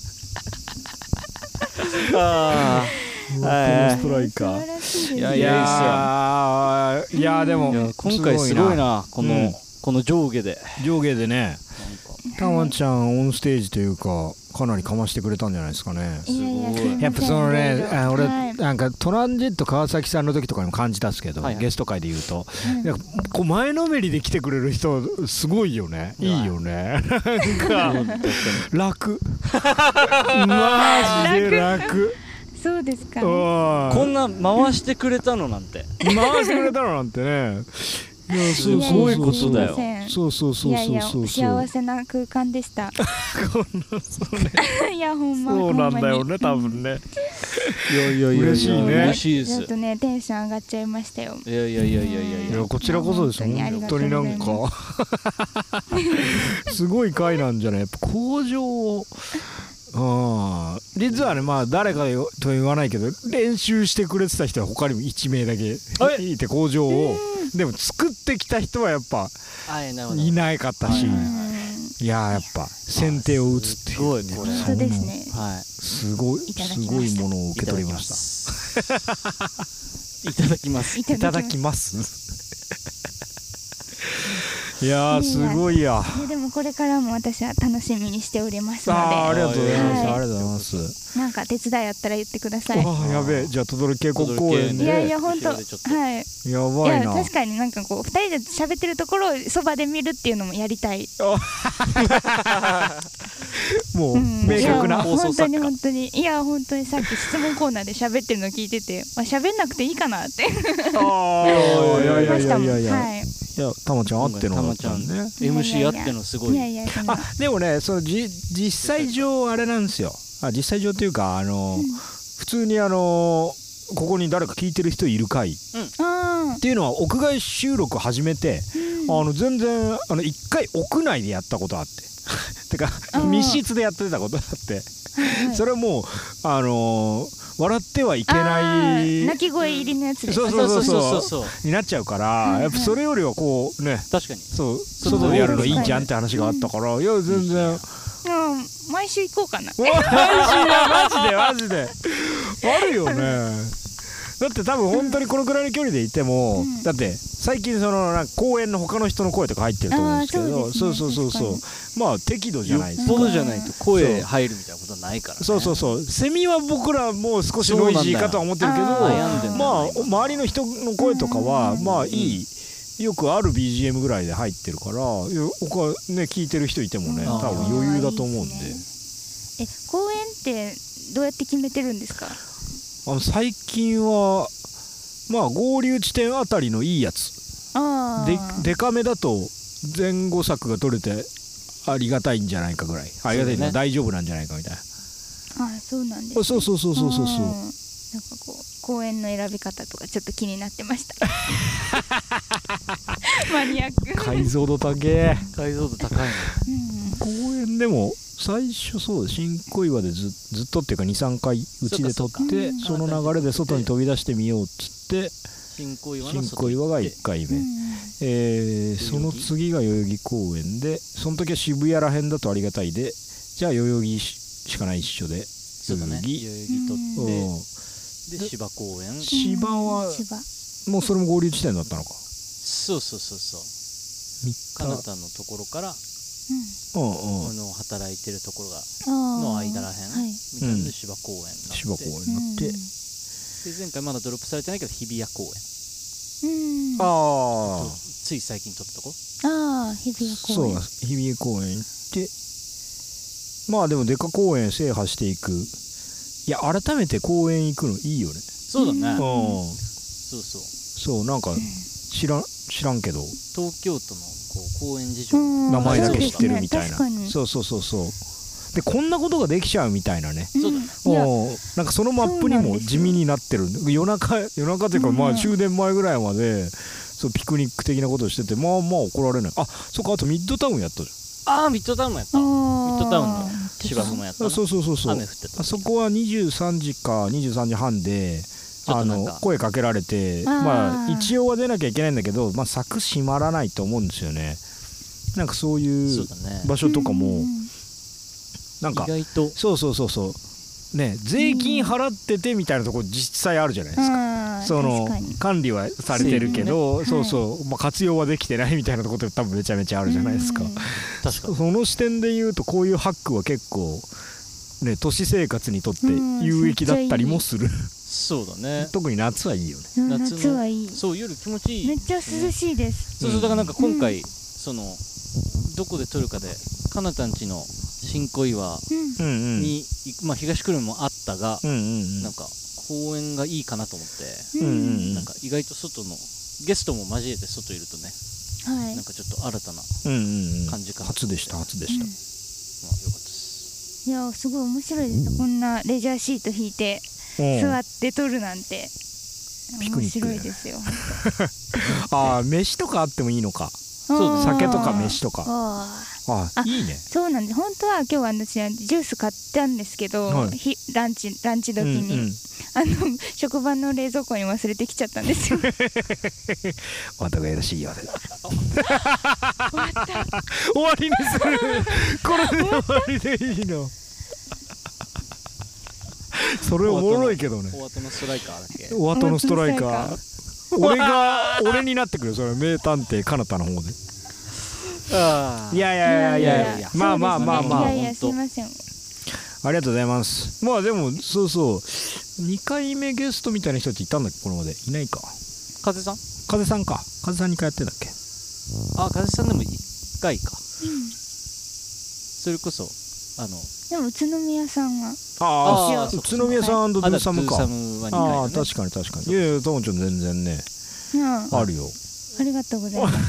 ああストライカーー。 いやいやでも今回すごいなこの上下でねたまちゃんオンステージというかかなりかましてくれたんじゃないですかね。やっぱそのね俺なんかトランジット川崎さんの時とかにも感じたんですけどゲスト会で言うとこう前のめりで来てくれる人すごいよね。いいよね。なんか楽マジで楽。 そうですか。 こんな回してくれたのなんてねすごいことだよ。 そういやいや幸せな空間でした。いやほんまそうなんだよね多分ね。 いや嬉しいね。 嬉しいです。 ちょっとねテンション上がっちゃいましたよ。 いやこちらこそですよ。本当になんかすごい回なんじゃない。やっぱ向上実はねまあ誰かとは言わないけど練習してくれてた人は他にも1名だけいて工場をでも作ってきた人はやっぱいなかったしいややっぱ先手を打つっていうすごいこれ本当ですね。 すごいものを受け取りました。 いただきます。 いただきます。いやーすごいや。 でもこれからも私は楽しみにしておりますので。 ありがとうございます。ありがとうございます。 なんか手伝いやったら言ってください。 やべえじゃあ等々力渓谷公園で。 いや本当はい。 やばいな。 確かになんかこう2人で喋ってるところをそばで見るっていうのもやりたい。 もう明確な放送作家。本当にいや本当にさっき質問コーナーで喋ってるの聞いてて喋んなくていいかなって。思いましたもん。はい。 いやたまちゃんあってのだったんね。 MC あってのすごい。 でもねその実際上あれなんですよ。実際上っていうか普通にここに誰か聞いてる人いるかいっていうのは屋外収録始めて全然一回屋内でやったことあっててか密室でやってたことあってそれはもう笑ってはいけない泣き声入りのやつでそうになっちゃうからやっぱそれよりはこうね確かにそう外でやるのいいじゃんって話があったからいや全然毎週行こうかな。 毎週マジであるよね。だって多分本当にこのくらいの距離でいてもだって最近なんか公園の他の人の声とか入ってると思うんですけどそうまあ適度じゃないですか。 よっぽどじゃないと声入るみたいなことはないからね。 そうセミは僕らもう少しノイジーかとは思ってるけどまあ周りの人の声とかはまあいいよくある BGM ぐらいで入ってるから他ね聞いてる人いてもね多分余裕だと思うんで。 公演ってどうやって決めてるんですか？ 最近はまあ合流地点あたりのいいやつデカめだと前後作が取れてありがたいんじゃないかぐらいありがたいの大丈夫なんじゃないかみたいな。 そうなんです、 ね、そうなんかこう公演の選び方とかちょっと気になってましたマニアック。 解像度高い解像度高いな。 公演でも最初そう新小岩でずっとっていうか 2,3 回うちで撮ってその流れで外に飛び出してみようっつって新小岩が1回目その次が代々木公園でその時は渋谷らへんだとありがたいでじゃあ代々木しかない一緒で代々木撮ってで芝公園芝はもうそれも合流地点だったのか。 そうかなたのところから働いてるところがの間らへんみたいなので芝公園になって、 芝公園になって、 で前回まだドロップされてないけど日比谷公園、つい最近撮ったとこ、 日比谷公園、 そう日比谷公園行って、まあでもデカ公園制覇していく。いや改めて公園行くのいいよね。 そうだね。そうなんか知らんけど東京都のこう公園事情名前だけ知ってるみたいな。 そうでこんなことができちゃうみたいなね。 そうだね。 なんかそのマップにも地味になってる。夜中っていうかまあ終電前ぐらいまでそうピクニック的なことをしてて、まあ怒られない。あ、そっか、あとミッドタウンやったじゃん。 ミッドタウンもやった。ミッドタウンの芝生もやった。 そう雨降ってた。あそこは23時か23時半で声かけられて、まあ一応は出なきゃいけないんだけど、まあ柵閉まらないと思うんですよね。なんかそういう場所とかもなんか意外とそうね、税金払っててみたいなところ実際あるじゃないですか。その管理はされてるけど、まあ活用はできてないみたいなところって多分めちゃめちゃあるじゃないですか。 確かにその視点で言うとこういうハックは結構ね、都市生活にとって有益だったりもする。 そうだね。 特に夏はいいよね。 夏はいい。 そう夜気持ちいい。 めっちゃ涼しいです。 そうだからなんか今回そのどこで撮るかでかなたんちの新小岩にまあ東久留米もあったが、なんか公園がいいかなと思って、なんか意外と外のゲストも交えて外いるとね、なんかちょっと新たな感じかな。 初でした。まあよかったです。 いやすごい面白いです。こんなレジャーシート引いて座って撮るなんて面白いですよ。 飯とかあってもいいのか。酒とか飯とか。いいね。 そうなんです。本当は今日は私はジュース買ったんですけど、ランチ時に職場の冷蔵庫に忘れてきちゃったんですよ。 お後がよろしいようで。終わりにする。これで終わりでいいの。それおもろいけどね。 お後のストライカーだっけ。 お後のストライカー。俺になってくる。それ名探偵かなたの方で。いやまあいやすいません。 ありがとうございます。まあでも2回目ゲストみたいな人っていたんだっけ、このまでいないか。 風さんか。風さん2回やってんだっけ。 風さんでも1回か。それこそでも宇都宮さんは宇都宮さん&ドゥーサムか。確かに。いやともちゃん全然ねあるよ。 ありがとうございます。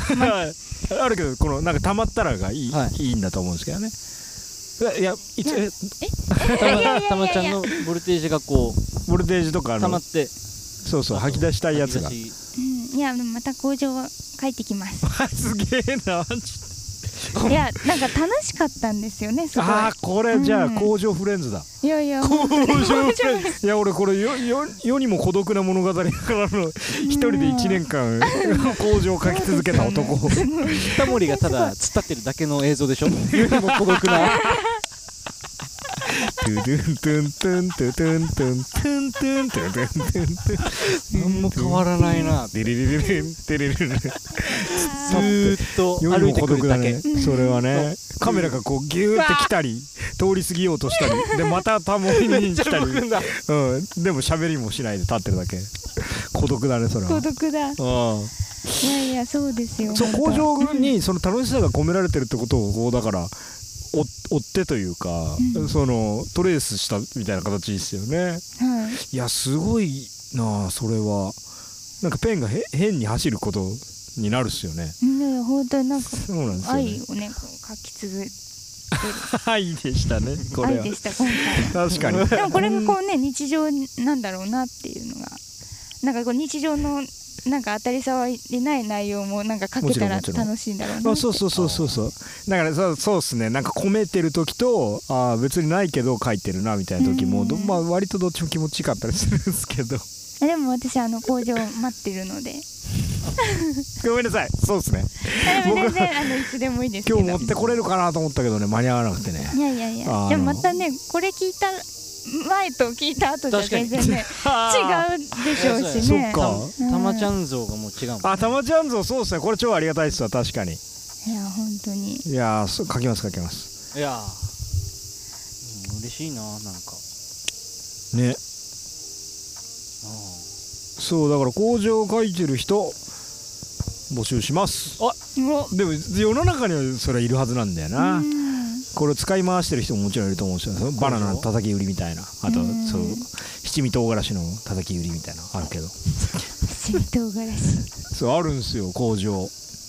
あるけどこのなんか溜まったらがいいんだと思うんですけどね。いやたまちゃんのボルテージがこうボルテージとか溜まって吐き出したいやつが。 いやまた工場は帰ってきます。 すげえな。 いやなんか楽しかったんですよね。すごい。 これじゃあ工場フレンズだ。 いや工場フレンズ。いや俺これ世にも孤独な物語からの一人で1年間工場を描き続けた男。 タモリがただ突っ立ってるだけの映像でしょ。世にも孤独な。 トゥルントゥントゥントゥトゥントゥントゥントゥントゥントゥントゥントゥン。 何も変わらないな。 デレレレレンデレレレレン。 ずーっと歩いてくるだけ。 それはね、カメラがこうギューって来たり通り過ぎようとしたりでまたタモリに来たり、でも喋りもしないで立ってるだけ。孤独だねそれは。 孤独だ。いやそうですよ。 工場にその楽しさが込められてるってことをこうだから追ってというか、そのトレースしたみたいな形ですよね。いやすごいなそれは。なんかペンが変に走ることになるっすよね。 本当になんか愛をね書き続ける。 愛でしたね。これは。愛でした今回。確かに。 でもこれがこうね日常なんだろうなっていうのが、なんかこう日常のなんか当たり障りない内容もなんか書けたら楽しいんだろうな。 そうだからそうっすね。なんか込めてる時と別にないけど書いてるなみたいな時もまあ割とどっちも気持ちよかったりするんですけど。 でも私工場待ってるので。 ごめんなさい。そうですね。 全然いつでもいいですけど。 今日持ってこれるかなと思ったけどね、間に合わなくてね。 いやでもまたねこれ聞いた前と聞いた後じゃ全然ね違うでしょうしね。 そっか。 たまちゃん像がもう違うもんね。 たまちゃん像そうですね。これ超ありがたいですわ確かに。 いや本当にいや書きます。 いや嬉しいな、なんかね。そうだから工場書いてる人募集します。でも世の中にはそれはいるはずなんだよな。これを使い回してる人ももちろんいると思うんですよ。バナナの叩き売りみたいな、あとそう七味唐辛子の叩き売りみたいなあるけど七味唐辛子そうあるんですよ、工場。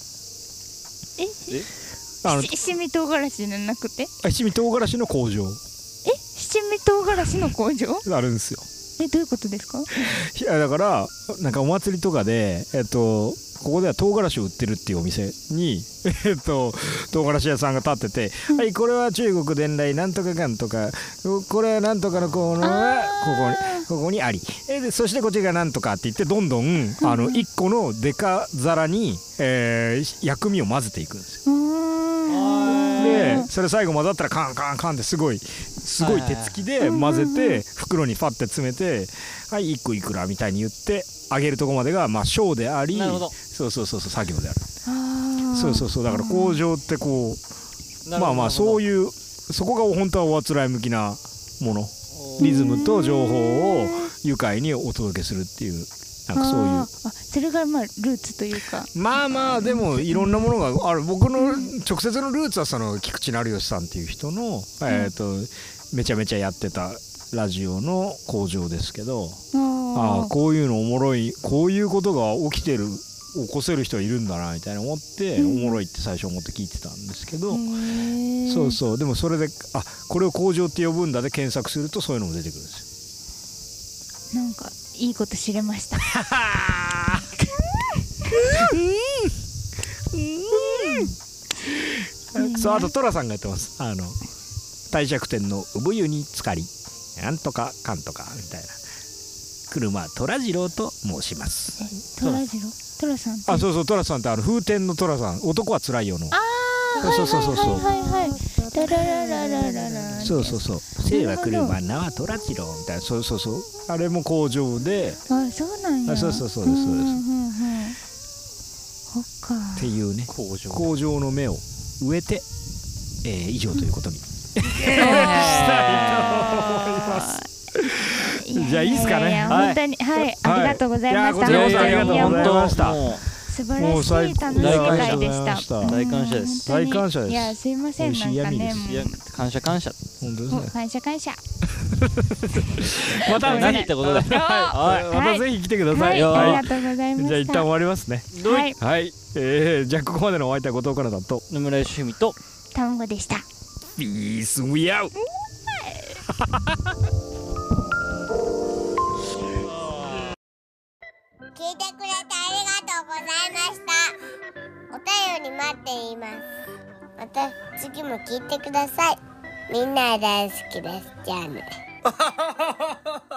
七味唐辛子じゃなくて七味唐辛子の工場七味唐辛子の工場あるんですよ。 どういうことですか？ いやだからなんかお祭りとかでここでは唐辛子を売ってるっていうお店に唐辛子屋さんが立ってて、はい、これは中国伝来なんとかかんとか、これはなんとかのこのはここにあり、でそしてこっちがなんとかって言ってどんどん1個のデカ皿に薬味を混ぜていくんですよ。でそれ最後混ざったらカンカンカンってすごい手つきで混ぜて袋にパッて詰めて、はい1個いくらみたいに言って揚げるとこまでがまあショーであり、そう作業である。そうだから工場ってこうまあそういうそこが本当はおあつらい向きなもの、リズムと情報を愉快にお届けするっていうなんかそういうそれがまあルーツというか、 まあでもいろんなものがある。僕の直接のルーツはその菊池成吉さんっていう人のめちゃめちゃやってたラジオの工場ですけど、こういうのおもろい、こういうことが起きこせる人いるんだなみたいな思って、おもろいって最初思って聞いてたんですけど、そうでもそれでこれを工場って呼ぶんだで検索するとそういうのも出てくるんですよ。 なんかいいこと知れましたそうあと寅さんがやってます。帝釈天の産湯に浸かりなんとかかんとかみたいな車寅次郎と申します。 寅次郎、寅さんってそう寅さんって風天の寅さん、男はつらいよの。そう生は車名は寅次郎みたいな、そうあれも工場で、 そうなんや。 そうですそっかっていうね、工場の芽を植えて以上ということにしたいと思います。じゃあいいですかね。 本当にありがとうございました。 こちらこそありがとうございました。 素晴らしい楽しい会でした。 大感謝です。 大感謝です。 いやすいません、なんかね感謝本当ですね。 感謝また何ってことだ。 またぜひ来てください。 ありがとうございました。 じゃあ一旦終わりますね。はい。じゃあここまでのお相手は後藤かなだと野村義文と卵でした。 ピースウィアウ。 聞いてくれてありがとうございました。お便り待っています。また次も聞いてください。みんな大好きです。じゃあね。